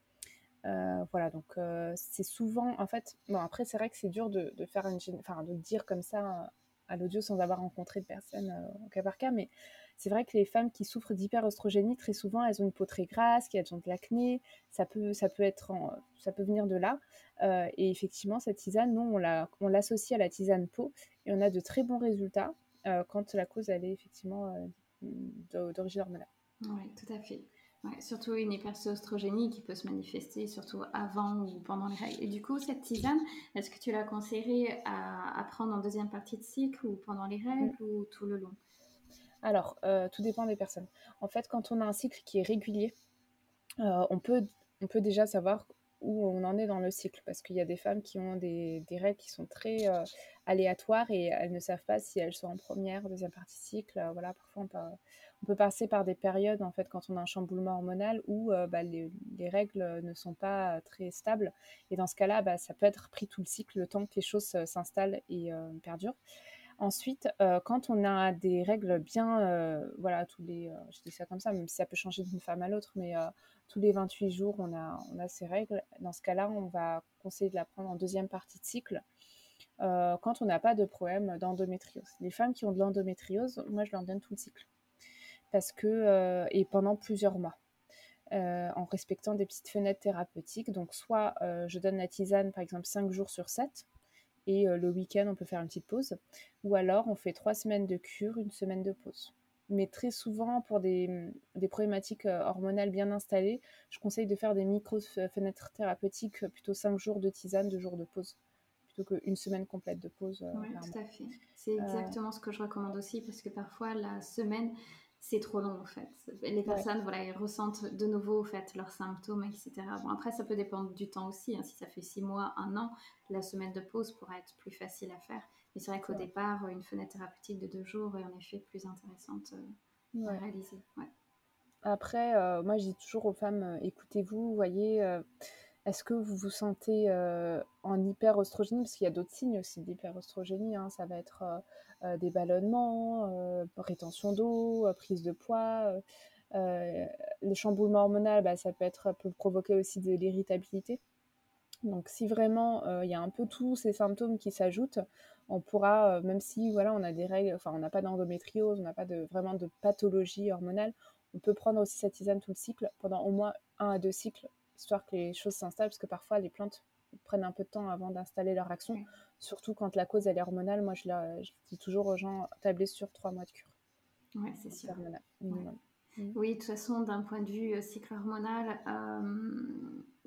Euh, voilà, donc euh, c'est souvent, en fait, bon après c'est vrai que c'est dur de, de faire une, enfin de dire comme ça euh, à l'audio sans avoir rencontré de personnes euh, au cas par cas, mais c'est vrai que les femmes qui souffrent d'hyperostrogénie, très souvent, elles ont une peau très grasse, elles ont de l'acné, ça peut, ça peut être, en, ça peut venir de là. Euh, et effectivement, cette tisane, nous, on, la, on l'associe à la tisane peau et on a de très bons résultats euh, quand la cause, elle est effectivement euh, d'origine hormonale. Oui, tout à fait. Ouais, surtout une hypersostrogénie qui peut se manifester surtout avant ou pendant les règles. Et du coup, cette tisane, est-ce que tu la conseillerais à, à prendre en deuxième partie de cycle ou pendant les Mm. règles ou tout le long? Alors, euh, tout dépend des personnes. En fait, quand on a un cycle qui est régulier, euh, on, peut, on peut déjà savoir où on en est dans le cycle, parce qu'il y a des femmes qui ont des, des règles qui sont très euh, aléatoires et elles ne savent pas si elles sont en première, deuxième partie cycle. Euh, voilà, parfois on peut, on peut passer par des périodes en fait quand on a un chamboulement hormonal où euh, bah, les, les règles ne sont pas très stables, et dans ce cas-là, bah, ça peut être pris tout le cycle, le temps que les choses euh, s'installent et euh, perdurent. Ensuite, euh, quand on a des règles bien, euh, voilà, tous les, euh, je dis ça comme ça, même si ça peut changer d'une femme à l'autre, mais euh, tous les vingt-huit jours, on a, on a ces règles. Dans ce cas-là, on va conseiller de la prendre en deuxième partie de cycle euh, quand on n'a pas de problème d'endométriose. Les femmes qui ont de l'endométriose, moi, je leur donne tout le cycle. Parce que, euh, et pendant plusieurs mois. Euh, en respectant des petites fenêtres thérapeutiques. Donc, soit euh, je donne la tisane, par exemple, cinq jours sur sept, et euh, le week-end, on peut faire une petite pause. Ou alors, on fait trois semaines de cure, une semaine de pause. Mais très souvent, pour des, des problématiques euh, hormonales bien installées, je conseille de faire des micro-fenêtres thérapeutiques, plutôt cinq jours de tisane, deux jours de pause, plutôt qu'une semaine complète de pause euh, Oui, par tout mois. à fait. C'est Euh, exactement ce que je recommande aussi parce que parfois la semaine, c'est trop long en fait. Les ouais, personnes, voilà, elles ressentent de nouveau en fait, leurs symptômes, et cetera. Bon, après, ça peut dépendre du temps aussi. Hein. Si ça fait six mois, un an, la semaine de pause pourrait être plus facile à faire. Mais c'est vrai qu'au c'est vrai. départ, une fenêtre thérapeutique de deux jours est en effet plus intéressante euh, à Ouais. réaliser. Ouais. Après, euh, moi, je dis toujours aux femmes, euh, écoutez-vous, voyez, euh, est-ce que vous vous sentez euh, en hyperostrogénie? Parce qu'il y a d'autres signes aussi d'hyperostrogénie, hein. Ça va être euh, euh, des ballonnements, euh, rétention d'eau, euh, prise de poids. Euh, euh, le chamboulement hormonal, bah, ça peut, être, peut provoquer aussi de l'irritabilité. Donc si vraiment euh, il y a un peu tous ces symptômes qui s'ajoutent, on pourra, euh, même si voilà, on a des règles, enfin on n'a pas d'endométriose, on n'a pas de, vraiment de pathologie hormonale, on peut prendre aussi cette tisane tout le cycle, pendant au moins un à deux cycles, histoire que les choses s'installent, parce que parfois les plantes prennent un peu de temps avant d'installer leur action, Ouais. surtout quand la cause elle est hormonale. Moi je, la, je dis toujours aux gens, tablez sur trois mois de cure Ouais, c'est sûr. hormonale Ouais. minimum. Mmh. Oui, de toute façon, d'un point de vue euh, cycle hormonal, euh,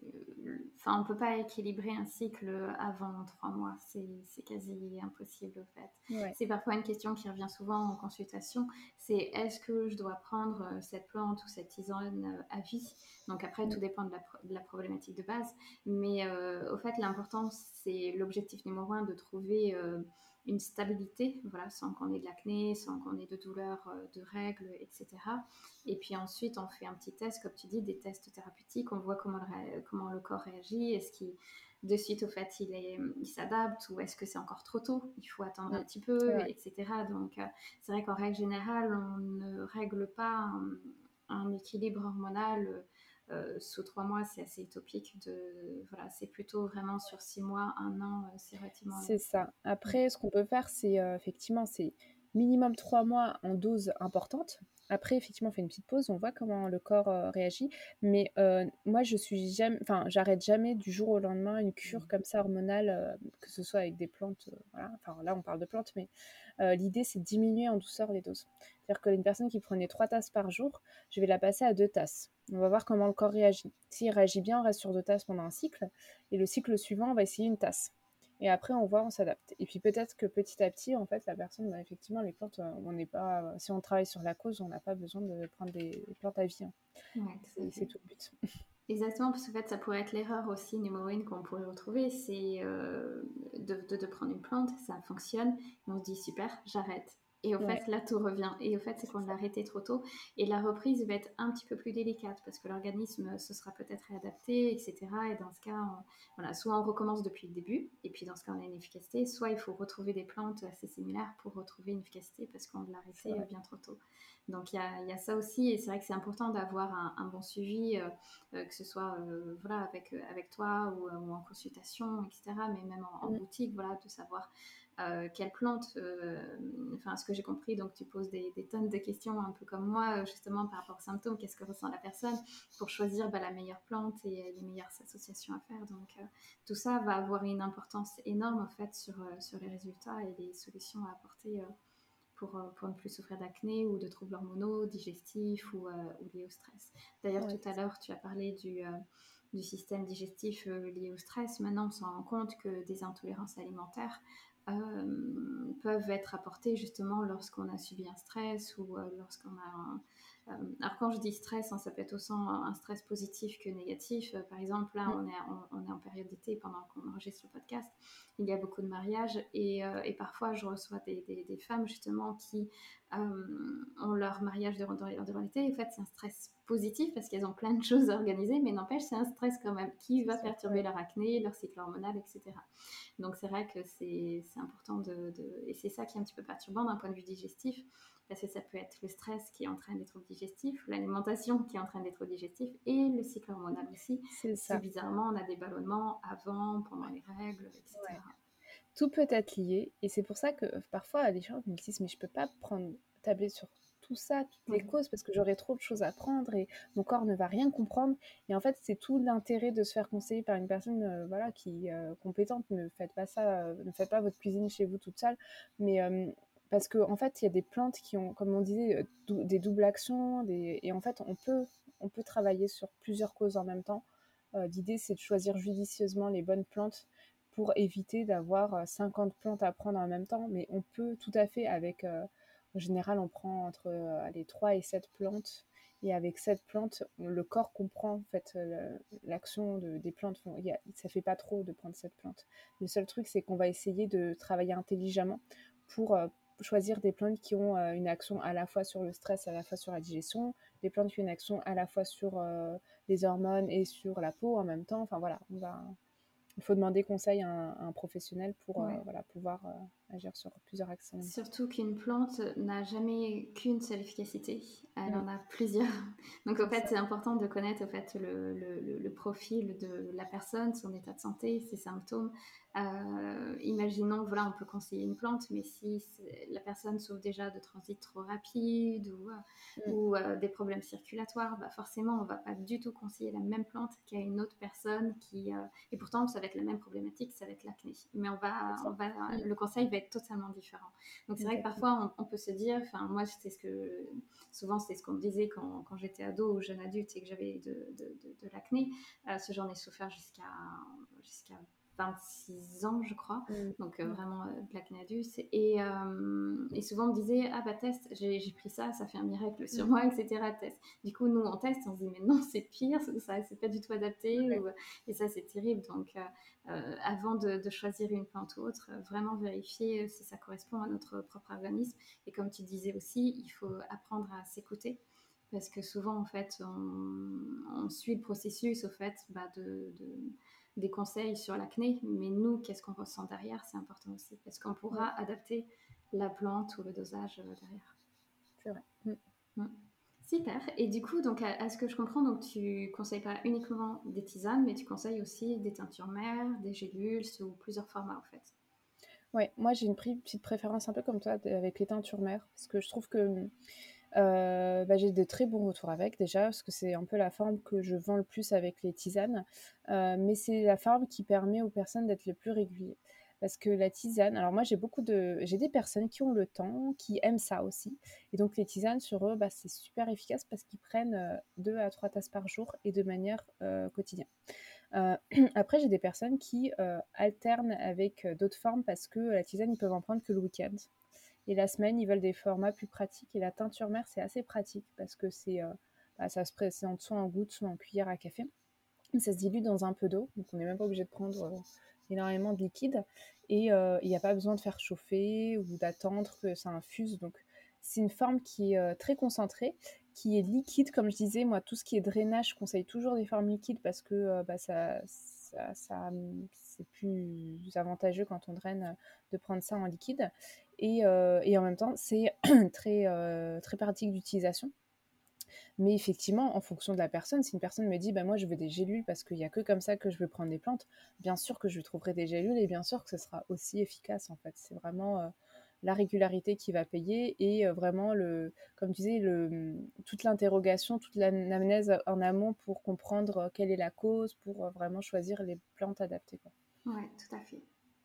enfin, on ne peut pas équilibrer un cycle avant trois mois, c'est, c'est quasi impossible au fait. Ouais. C'est parfois une question qui revient souvent en consultation, c'est est-ce que je dois prendre cette plante ou cette tisane à vie? Donc après, tout Mm. dépend de la, de la problématique de base, mais euh, au fait, l'important, c'est l'objectif numéro un de trouver euh, une stabilité, voilà, sans qu'on ait de l'acné, sans qu'on ait de douleurs, euh, de règles, et cetera. Et puis ensuite, on fait un petit test, comme tu dis, des tests thérapeutiques, on voit comment le, comment le corps réagit, est-ce qu'il, de suite, au fait, il, est, il s'adapte ou est-ce que c'est encore trop tôt, il faut attendre Mm. un petit peu, Ouais. et cetera. Donc, euh, c'est vrai qu'en règle générale, on ne règle pas un, un équilibre hormonal euh, sous trois mois, c'est assez utopique. De, voilà, c'est plutôt vraiment sur six mois, un an, euh, c'est relativement long. C'est ça. Mm. Après, ce qu'on peut faire, c'est euh, effectivement, c'est minimum trois mois en dose importante. Après, effectivement, on fait une petite pause, on voit comment le corps euh, réagit. Mais euh, moi, je suis jamais, enfin, j'arrête jamais du jour au lendemain une cure comme ça hormonale, euh, que ce soit avec des plantes. Euh, voilà. Enfin, là, on parle de plantes, mais euh, l'idée, c'est de diminuer en douceur les doses. C'est-à-dire qu'une personne qui prenait trois tasses par jour, je vais la passer à deux tasses. On va voir comment le corps réagit. S'il réagit bien, on reste sur deux tasses pendant un cycle. Et le cycle suivant, on va essayer une tasse. Et après, on voit, on s'adapte. Et puis peut-être que petit à petit, en fait, la personne, bah, effectivement, les plantes, euh, on n'est pas. Si on travaille sur la cause, on n'a pas besoin de prendre des, des plantes à vie. Hein. Ouais, tout à C'est, c'est fait. tout le but. Exactement, parce qu'en fait, ça pourrait être l'erreur aussi numéro une qu'on pourrait retrouver, c'est euh, de, de, de prendre une plante, ça fonctionne, et on se dit super, j'arrête. Et au Ouais, fait, là, tout revient. Et au fait, c'est c'est qu'on l'a ça. arrêté trop tôt. Et la reprise va être un petit peu plus délicate parce que l'organisme se sera peut-être réadapté, et cetera. Et dans ce cas, on, voilà, soit on recommence depuis le début, et puis dans ce cas, on a une efficacité, soit il faut retrouver des plantes assez similaires pour retrouver une efficacité parce qu'on l'a C'est arrêté vrai. bien trop tôt. Donc il y a, y a ça aussi, et c'est vrai que c'est important d'avoir un, un bon suivi. Euh, euh, que ce soit euh, voilà, avec, euh, avec toi ou, euh, ou en consultation, et cetera, mais même en, en Mm. boutique, voilà, de savoir euh, quelle plante, euh, enfin, ce que j'ai compris, donc tu poses des, des, tonnes de questions, un peu comme moi, justement, par rapport aux symptômes, qu'est-ce que ressent la personne, pour choisir bah, la meilleure plante et les meilleures associations à faire. Donc, euh, tout ça va avoir une importance énorme, en fait, sur, euh, sur les résultats et les solutions à apporter euh, pour, euh, pour ne plus souffrir d'acné ou de troubles hormonaux, digestifs ou, euh, ou liés au stress. D'ailleurs, Ouais, tout à l'heure, tu as parlé du, euh, du système digestif euh, lié au stress. Maintenant, on se rend compte que des intolérances alimentaires euh, peuvent être apportées justement lorsqu'on a subi un stress ou euh, lorsqu'on a un... Euh, alors quand je dis stress, hein, ça peut être autant un stress positif que négatif. Euh, par exemple, là, mm. on est, on, on est en période d'été pendant qu'on enregistre le podcast. Il y a beaucoup de mariages et, euh, et parfois je reçois des, des, des femmes justement qui euh, ont leur mariage durant, durant l'été. En fait, c'est un stress positif parce qu'elles ont plein de choses à organiser, mais n'empêche, c'est un stress quand même qui C'est va sûr. perturber Ouais. leur acné, leur cycle hormonal, et cetera. Donc c'est vrai que c'est, c'est important de, de... Et c'est ça qui est un petit peu perturbant d'un point de vue digestif, parce que ça peut être le stress qui entraîne des troubles digestifs, l'alimentation qui entraîne des troubles digestifs, et le cycle hormonal aussi, C'est si ça. bizarrement on a des ballonnements avant, pendant les règles, et cetera. Ouais. Tout peut être lié. Et c'est pour ça que euh, parfois, les gens me disent, mais je peux pas prendre tabler sur tout ça, toutes les Oui, causes, parce que j'aurais trop de choses à prendre et mon corps ne va rien comprendre. Et en fait, c'est tout l'intérêt de se faire conseiller par une personne euh, voilà, qui est euh, compétente. Ne faites pas ça, euh, ne faites pas votre cuisine chez vous toute seule. Mais euh, parce qu'en en fait, il y a des plantes qui ont, comme on disait, euh, dou- des doubles actions. Des... Et en fait, on peut, on peut travailler sur plusieurs causes en même temps. Euh, L'idée, c'est de choisir judicieusement les bonnes plantes pour éviter d'avoir cinquante plantes à prendre en même temps. Mais on peut tout à fait, avec, euh, en général, on prend entre euh, les trois et sept plantes. Et avec sept plantes, le corps comprend en fait euh, l'action de, des plantes. Il y a, ça fait pas trop de prendre sept plantes. Le seul truc, c'est qu'on va essayer de travailler intelligemment pour euh, choisir des plantes qui ont euh, une action à la fois sur le stress, à la fois sur la digestion, des plantes qui ont une action à la fois sur euh, les hormones et sur la peau en même temps. Enfin voilà, on va, il faut demander conseil à un, à un professionnel pour euh, ouais. voilà, pouvoir euh, agir sur plusieurs axes en même temps. Surtout qu'une plante n'a jamais qu'une seule efficacité, elle Mm, en a plusieurs. Donc en c'est fait, ça. c'est important de connaître en fait, le, le, le profil de la personne, son état de santé, ses symptômes. Euh, imaginons, voilà, on peut conseiller une plante, mais si la personne souffre déjà de transit trop rapide ou, Mm, ou euh, des problèmes circulatoires, bah forcément, on ne va pas du tout conseiller la même plante qu'à une autre personne qui... Euh, et pourtant, ça va va être la même problématique, ça va être l'acné. Mais on va, C'est ça. on va, Mm. le conseil va être totalement différent. Donc c'est vrai que Exactement. parfois on, on peut se dire, enfin moi c'est ce que, souvent c'est ce qu'on me disait quand, quand j'étais ado ou jeune adulte et que j'avais de, de, de, de l'acné. Euh, ce j'en ai souffert jusqu'à, jusqu'à vingt-six ans, je crois, Mm. donc euh, Mm. vraiment euh, de l'acné adulte. Et, euh, et souvent on me disait, ah bah teste, j'ai, j'ai pris ça, ça fait un miracle sur Mm. moi, et cetera. Teste. Du coup, nous on teste, on se dit, mais non, c'est pire, ça, c'est pas du tout adapté, Ouais. ou, et ça c'est terrible. Donc euh, euh, avant de, de choisir une plante ou autre, euh, vraiment vérifier si ça correspond à notre propre organisme. Et comme tu disais aussi, il faut apprendre à s'écouter. Parce que souvent, en fait, on, on suit le processus, au fait, bah, de, de, des conseils sur l'acné, mais nous, qu'est-ce qu'on ressent derrière, c'est important aussi. Est-ce qu'on pourra Ouais, adapter la plante ou le dosage euh, derrière? c'est vrai. Mm. Mm. Super. Et du coup, donc, à, à ce que je comprends, donc, tu conseilles pas uniquement des tisanes, mais tu conseilles aussi des teintures mères, des gélules, ou plusieurs formats, en fait. Ouais, moi j'ai une pri- petite préférence un peu comme toi d- avec les teintures mères, parce que je trouve que euh, bah, j'ai de très bons retours avec déjà, parce que c'est un peu la forme que je vends le plus avec les tisanes. Euh, mais c'est la forme qui permet aux personnes d'être le plus réguliers. Parce que la tisane, alors moi j'ai beaucoup de, j'ai des personnes qui ont le temps, qui aiment ça aussi. Et donc les tisanes sur eux, bah, c'est super efficace parce qu'ils prennent euh, deux à trois tasses par jour et de manière euh, quotidienne. Euh, après, j'ai des personnes qui euh, alternent avec euh, d'autres formes parce que la tisane, ils peuvent en prendre que le week-end. Et la semaine, ils veulent des formats plus pratiques. Et la teinture mère, c'est assez pratique parce que c'est, euh, bah, ça se présente soit en gouttes, soit en cuillère à café. Ça se dilue dans un peu d'eau, donc on n'est même pas obligé de prendre euh, énormément de liquide. Et euh, il n'y a pas besoin de faire chauffer ou d'attendre que ça infuse. Donc c'est une forme qui est euh, très concentrée, qui est liquide, comme je disais. Moi, tout ce qui est drainage, je conseille toujours des formes liquides parce que euh, bah, ça, ça, ça, c'est plus avantageux quand on draine euh, de prendre ça en liquide. Et, euh, et en même temps, c'est très, euh, très pratique d'utilisation. Mais effectivement, en fonction de la personne, si une personne me dit bah, moi je veux des gélules parce qu'il n'y a que comme ça que je veux prendre des plantes, bien sûr que je trouverai des gélules et bien sûr que ce sera aussi efficace en fait. C'est vraiment euh, la régularité qui va payer et euh, vraiment, le, comme tu disais, le, toute l'interrogation, toute l'anamnèse en amont pour comprendre quelle est la cause, pour euh, vraiment choisir les plantes adaptées, quoi. Oui, tout à fait.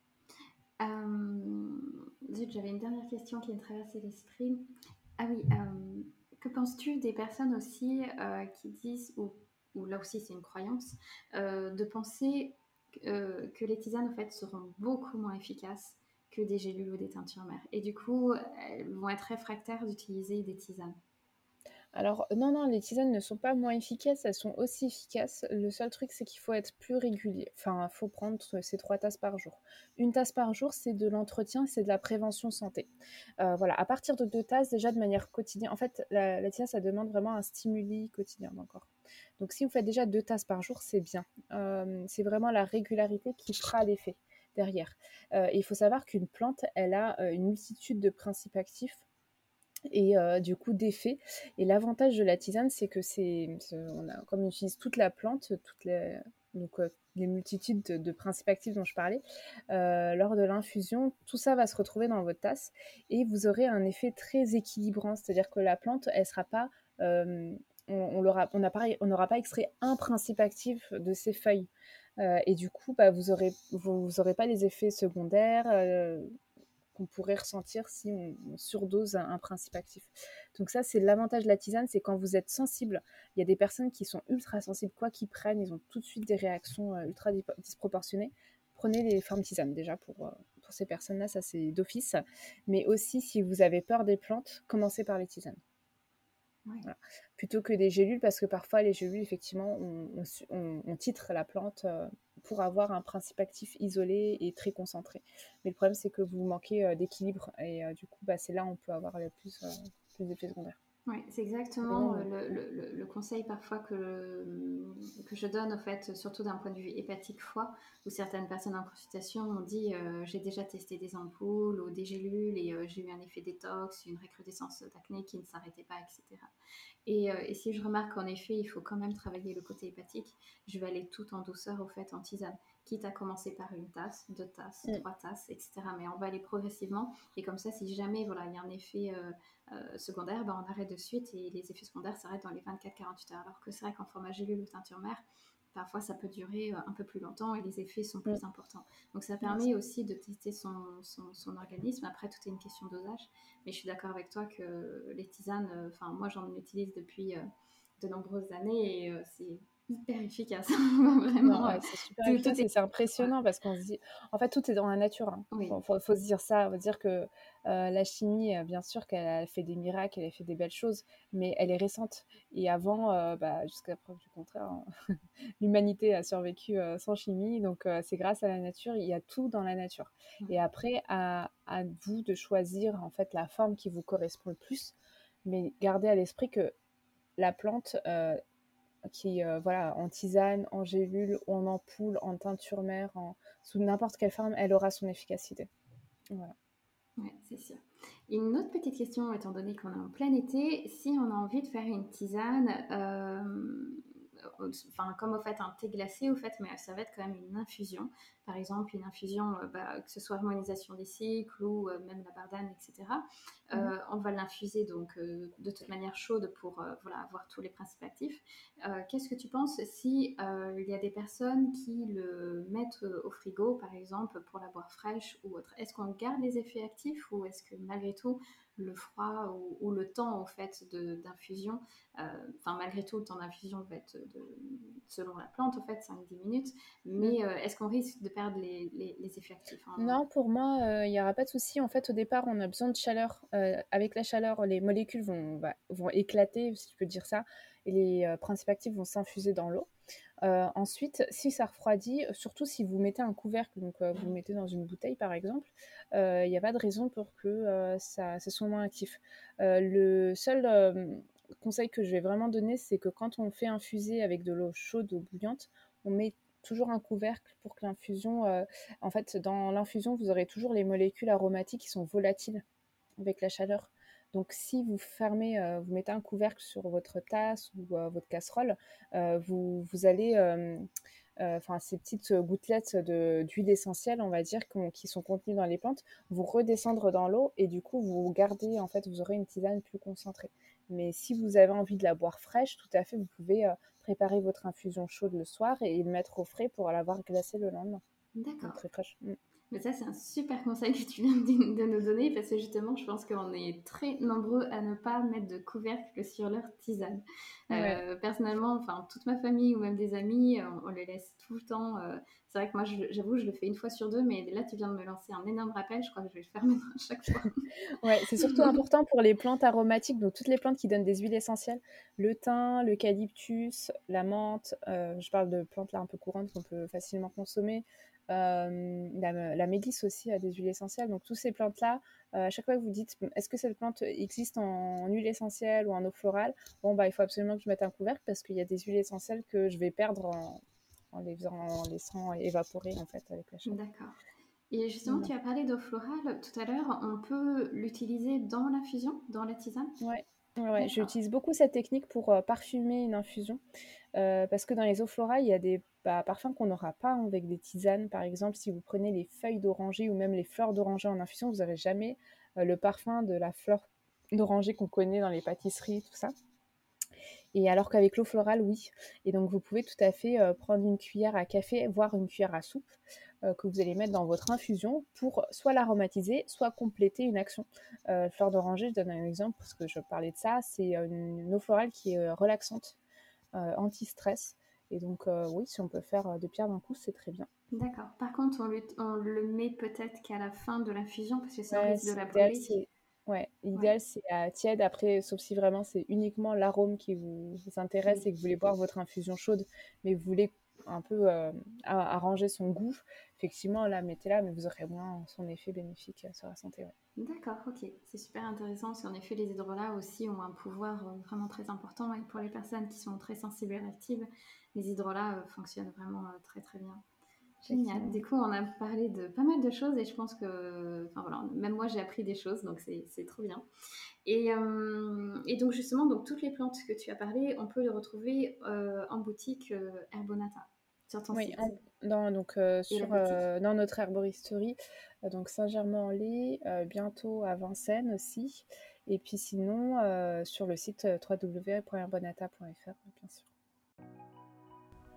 Euh, zut, j'avais une dernière question qui me traversait l'esprit. Ah oui, euh, que penses-tu des personnes aussi euh, qui disent, ou, ou là aussi c'est une croyance, euh, de penser euh, que les tisanes en fait seront beaucoup moins efficaces que des gélules ou des teintures mères. Et du coup, elles vont être réfractaires d'utiliser des tisanes. Alors, non, non, les tisanes ne sont pas moins efficaces, elles sont aussi efficaces. Le seul truc, c'est qu'il faut être plus régulier. Enfin, il faut prendre ces trois tasses par jour. Une tasse par jour, c'est de l'entretien, c'est de la prévention santé. Euh, voilà, à partir de deux tasses, déjà de manière quotidienne. En fait, la, la tisane, ça demande vraiment un stimuli quotidien dans le corps. Donc, si vous faites déjà deux tasses par jour, c'est bien. Euh, c'est vraiment la régularité qui fera l'effet derrière. Euh, il faut savoir qu'une plante, elle a euh, une multitude de principes actifs et euh, du coup d'effets. Et l'avantage de la tisane, c'est que c'est, on a, comme on utilise toute la plante, toutes les, donc euh, les multitudes de, de principes actifs dont je parlais, euh, lors de l'infusion, tout ça va se retrouver dans votre tasse et vous aurez un effet très équilibrant, c'est-à-dire que la plante, elle sera pas, euh, on, on l'aura, on n'a pas, on n'aura pas extrait un principe actif de ses feuilles. Euh, et du coup, bah, vous aurez, vous, vous aurez pas les effets secondaires. Euh, qu'on pourrait ressentir si on, on surdose un, un principe actif. Donc ça, c'est l'avantage de la tisane, c'est quand vous êtes sensible. Il y a des personnes qui sont ultra sensibles, quoi qu'ils prennent, ils ont tout de suite des réactions euh, ultra disproportionnées. Prenez les formes tisanes déjà pour, euh, pour ces personnes-là, ça c'est d'office. Mais aussi, si vous avez peur des plantes, commencez par les tisanes. Ouais. Voilà. Plutôt que des gélules, parce que parfois les gélules, effectivement, on, on, on titre la plante euh, pour avoir un principe actif isolé et très concentré. Mais le problème, c'est que vous manquez euh, d'équilibre et euh, du coup, bah, c'est là où on peut avoir le plus, euh, plus d'effets secondaires. Oui, c'est Mais exactement non, euh, non. le, le- le- le conseil parfois que, que je donne, en fait, surtout d'un point de vue hépatique foie, où certaines personnes en consultation m'ont dit euh, j'ai déjà testé des ampoules ou des gélules et euh, j'ai eu un effet détox, une recrudescence d'acné qui ne s'arrêtait pas, et cetera. Et, euh, et si je remarque qu'en effet, il faut quand même travailler le côté hépatique, je vais aller tout en douceur, au fait, en tisane. Quitte à commencer par une tasse, deux tasses, Mm. trois tasses, et cetera. Mais on va aller progressivement. Et comme ça, si jamais voilà, il y a un effet euh, euh, secondaire, ben on arrête de suite et les effets secondaires s'arrêtent dans les vingt-quatre à quarante-huit heures. Alors que c'est vrai qu'en format gélule ou teinture mère, parfois ça peut durer un peu plus longtemps et les effets sont Mm. plus importants. Donc ça Ouais, permet aussi de tester son, son, son organisme. Après, tout est une question de dosage. Mais je suis d'accord avec toi que les tisanes, enfin moi j'en utilise depuis euh, de nombreuses années et euh, c'est hyper efficace. non, Vraiment, euh, ouais, c'est super tout, tout efficace est... et c'est impressionnant parce qu'on se dit, en fait, tout est dans la nature. Hein. Oui. Faut, faut, faut se dire ça. Faut dire que euh, la chimie, euh, bien sûr qu'elle a fait des miracles, elle a fait des belles choses, mais elle est récente. Et avant, euh, bah, jusqu'à preuve du contraire, hein, l'humanité a survécu euh, sans chimie. Donc, euh, c'est grâce à la nature. Il y a tout dans la nature. Mm. Et après, à, à vous de choisir en fait la forme qui vous correspond le plus, mais gardez à l'esprit que la plante, euh, qui, euh, voilà, en tisane, en gélule, ou en ampoule, en teinture mère, en... sous n'importe quelle forme, elle aura son efficacité. Voilà. Ouais, c'est sûr. Une autre petite question, étant donné qu'on est en plein été, si on a envie de faire une tisane, euh, enfin comme au fait un thé glacé au fait, mais ça va être quand même une infusion. Par exemple, une infusion, euh, bah, que ce soit harmonisation des cycles ou euh, même la bardane, et cetera. Mhm. Euh, on va l'infuser donc euh, de toute manière chaude pour euh, voilà, avoir tous les principes actifs. Euh, qu'est-ce que tu penses si euh, il y a des personnes qui le mettent au frigo, par exemple, pour la boire fraîche ou autre? Est-ce qu'on garde les effets actifs ou est-ce que malgré tout le froid ou, ou le temps au fait de, d'infusion, euh, enfin malgré tout le temps d'infusion va être de, selon la plante au fait cinq à dix minutes, Mm. mais euh, est-ce qu'on risque de perdre les, les, les effets actifs, hein? Non, pour moi, euh, il n'y aura pas de souci. En fait, au départ, on a besoin de chaleur. Euh, avec la chaleur, les molécules vont, bah, vont éclater, si je peux dire ça, et les euh, principes actifs vont s'infuser dans l'eau. Euh, ensuite, si ça refroidit, surtout si vous mettez un couvercle, donc euh, vous le mettez dans une bouteille par exemple, il euh, n'y a pas de raison pour que euh, ça, ça soit moins actif. Euh, le seul euh, conseil que je vais vraiment donner, c'est que quand on fait infuser avec de l'eau chaude ou bouillante, on met toujours un couvercle pour que l'infusion, euh, en fait, dans l'infusion, vous aurez toujours les molécules aromatiques qui sont volatiles avec la chaleur. Donc, si vous fermez, euh, vous mettez un couvercle sur votre tasse ou euh, votre casserole, euh, vous, vous allez, euh, euh, enfin, ces petites gouttelettes de, d'huile essentielle, on va dire, qui sont contenues dans les plantes, vous redescendre dans l'eau et du coup, vous gardez, en fait, vous aurez une tisane plus concentrée. Mais si vous avez envie de la boire fraîche, tout à fait, vous pouvez euh, préparer votre infusion chaude le soir et le mettre au frais pour l'avoir glacée le lendemain. Donc, D'accord. très fraîche. Mm. Mais ça, c'est un super conseil que tu viens de, de nous donner parce que justement, je pense qu'on est très nombreux à ne pas mettre de couvercle sur leur tisane. Ouais. Euh, personnellement, enfin, toute ma famille ou même des amis, on, on les laisse tout le temps. Euh, c'est vrai que moi, je- j'avoue, je le fais une fois sur deux, mais là, tu viens de me lancer un énorme rappel. Je crois que je vais le faire maintenant à chaque fois. Ouais, c'est surtout important pour les plantes aromatiques, donc toutes les plantes qui donnent des huiles essentielles, le thym, l'eucalyptus, la menthe, euh, je parle de plantes là un peu courantes qu'on peut facilement consommer, euh, la, la mélisse aussi a des huiles essentielles, donc toutes ces plantes-là, euh, à chaque fois que vous dites est-ce que cette plante existe en, en huile essentielle ou en eau florale, bon bah il faut absolument que je mette un couvercle parce qu'il y a des huiles essentielles que je vais perdre en, en les faisant, en laissant évaporer en fait avec la chaleur. D'accord. Et justement, Voilà. tu as parlé d'eau florale tout à l'heure. On peut l'utiliser dans l'infusion, dans la tisane? Ouais. Ouais, ouais, D'accord. j'utilise beaucoup cette technique pour euh, parfumer une infusion. Euh, parce que dans les eaux florales, il y a des bah, parfums qu'on n'aura pas hein, avec des tisanes. Par exemple, si vous prenez les feuilles d'oranger ou même les fleurs d'oranger en infusion, vous n'aurez jamais euh, le parfum de la fleur d'oranger qu'on connaît dans les pâtisseries, tout ça. Et alors qu'avec l'eau florale, oui. Et donc, vous pouvez tout à fait euh, prendre une cuillère à café, voire une cuillère à soupe, euh, que vous allez mettre dans votre infusion pour soit l'aromatiser, soit compléter une action. Euh, fleur d'oranger, je donne un exemple parce que je parlais de ça, c'est une, une eau florale qui est euh, relaxante, euh, anti-stress. Et donc, euh, oui, si on peut faire euh, deux pierres d'un coup, c'est très bien. D'accord. Par contre, on le, on le met peut-être qu'à la fin de l'infusion parce que ça Ouais, risque de c'est- la l'idéal, brûler. c'est ouais, Ouais. l'idéal, c'est à tiède. Après, sauf si vraiment c'est uniquement l'arôme qui vous, vous intéresse et Oui. que vous voulez boire votre infusion chaude, mais vous voulez un peu euh, a- arranger son goût, effectivement, là, mettez-la, mais vous aurez moins son effet bénéfique euh, sur la santé. Ouais. D'accord, ok. C'est super intéressant parce qu'en effet, les hydrolats aussi ont un pouvoir euh, vraiment très important et pour les personnes qui sont très sensibles et réactives, les hydrolats euh, fonctionnent vraiment euh, très très bien. Génial. Effectivement. Du coup, on a parlé de pas mal de choses et je pense que, enfin voilà, même moi j'ai appris des choses, donc c'est c'est trop bien. Et, euh, et donc justement, donc toutes les plantes que tu as parlé, on peut les retrouver euh, en boutique euh, Herbonata sur ton Oui, site en- dans, donc, euh, et la sur, boutique. euh, dans notre herboristerie, euh, donc Saint-Germain-en-Laye, euh, bientôt à Vincennes aussi, et puis sinon euh, sur le site euh, w w w point herbonata point f r, bien sûr.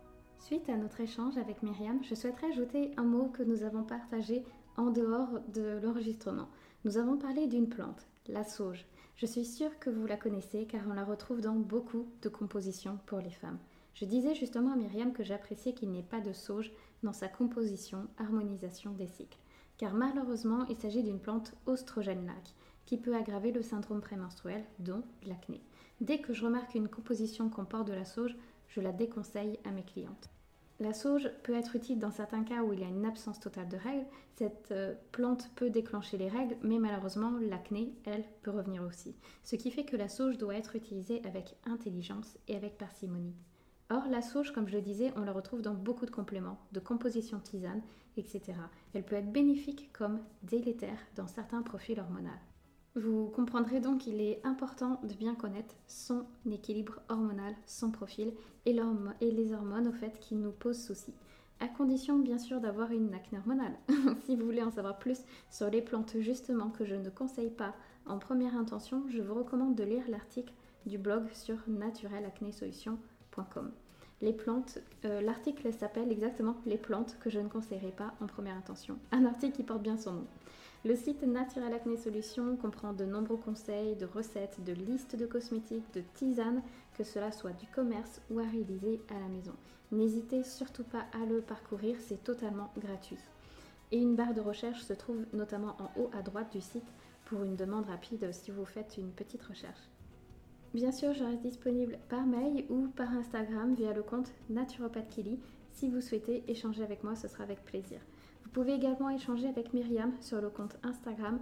Suite à notre échange avec Myriam, je souhaiterais ajouter un mot que nous avons partagé en dehors de l'enregistrement. Nous avons parlé d'une plante, la sauge. Je suis sûre que vous la connaissez car on la retrouve dans beaucoup de compositions pour les femmes. Je disais justement à Myriam que j'appréciais qu'il n'y ait pas de sauge dans sa composition, harmonisation des cycles. Car malheureusement, il s'agit d'une plante oestrogène-lac qui peut aggraver le syndrome prémenstruel, dont l'acné. Dès que je remarque une composition comporte de la sauge, je la déconseille à mes clientes. La sauge peut être utile dans certains cas où il y a une absence totale de règles. Cette euh, plante peut déclencher les règles, mais malheureusement, l'acné, elle, peut revenir aussi. Ce qui fait que la sauge doit être utilisée avec intelligence et avec parcimonie. Or, la sauge, comme je le disais, on la retrouve dans beaucoup de compléments, de compositions tisanes, et cetera. Elle peut être bénéfique comme délétère dans certains profils hormonaux. Vous comprendrez donc qu'il est important de bien connaître son équilibre hormonal, son profil et, et les hormones au fait qui nous posent souci. À condition bien sûr d'avoir une acné hormonale. Si vous voulez en savoir plus sur les plantes justement que je ne conseille pas en première intention, je vous recommande de lire l'article du blog sur naturel acné solutions point com. Les plantes, euh, l'article s'appelle exactement « Les plantes que je ne conseillerais pas en première intention ». Un article qui porte bien son nom. Le site Naturel Acné Solutions comprend de nombreux conseils, de recettes, de listes de cosmétiques, de tisanes, que cela soit du commerce ou à réaliser à la maison. N'hésitez surtout pas à le parcourir, c'est totalement gratuit. Et une barre de recherche se trouve notamment en haut à droite du site pour une demande rapide si vous faites une petite recherche. Bien sûr, je reste disponible par mail ou par Instagram via le compte Naturopathe Kili. Si vous souhaitez échanger avec moi, ce sera avec plaisir. Vous pouvez également échanger avec Myriam sur le compte Instagram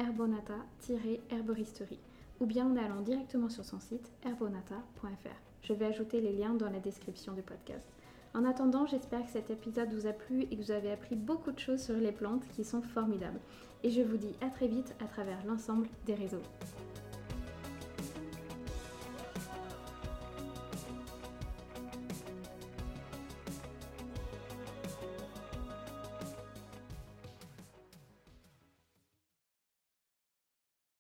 herbonata-herboristerie ou bien en allant directement sur son site herbonata point f r. Je vais ajouter les liens dans la description du podcast. En attendant, j'espère que cet épisode vous a plu et que vous avez appris beaucoup de choses sur les plantes qui sont formidables. Et je vous dis à très vite à travers l'ensemble des réseaux.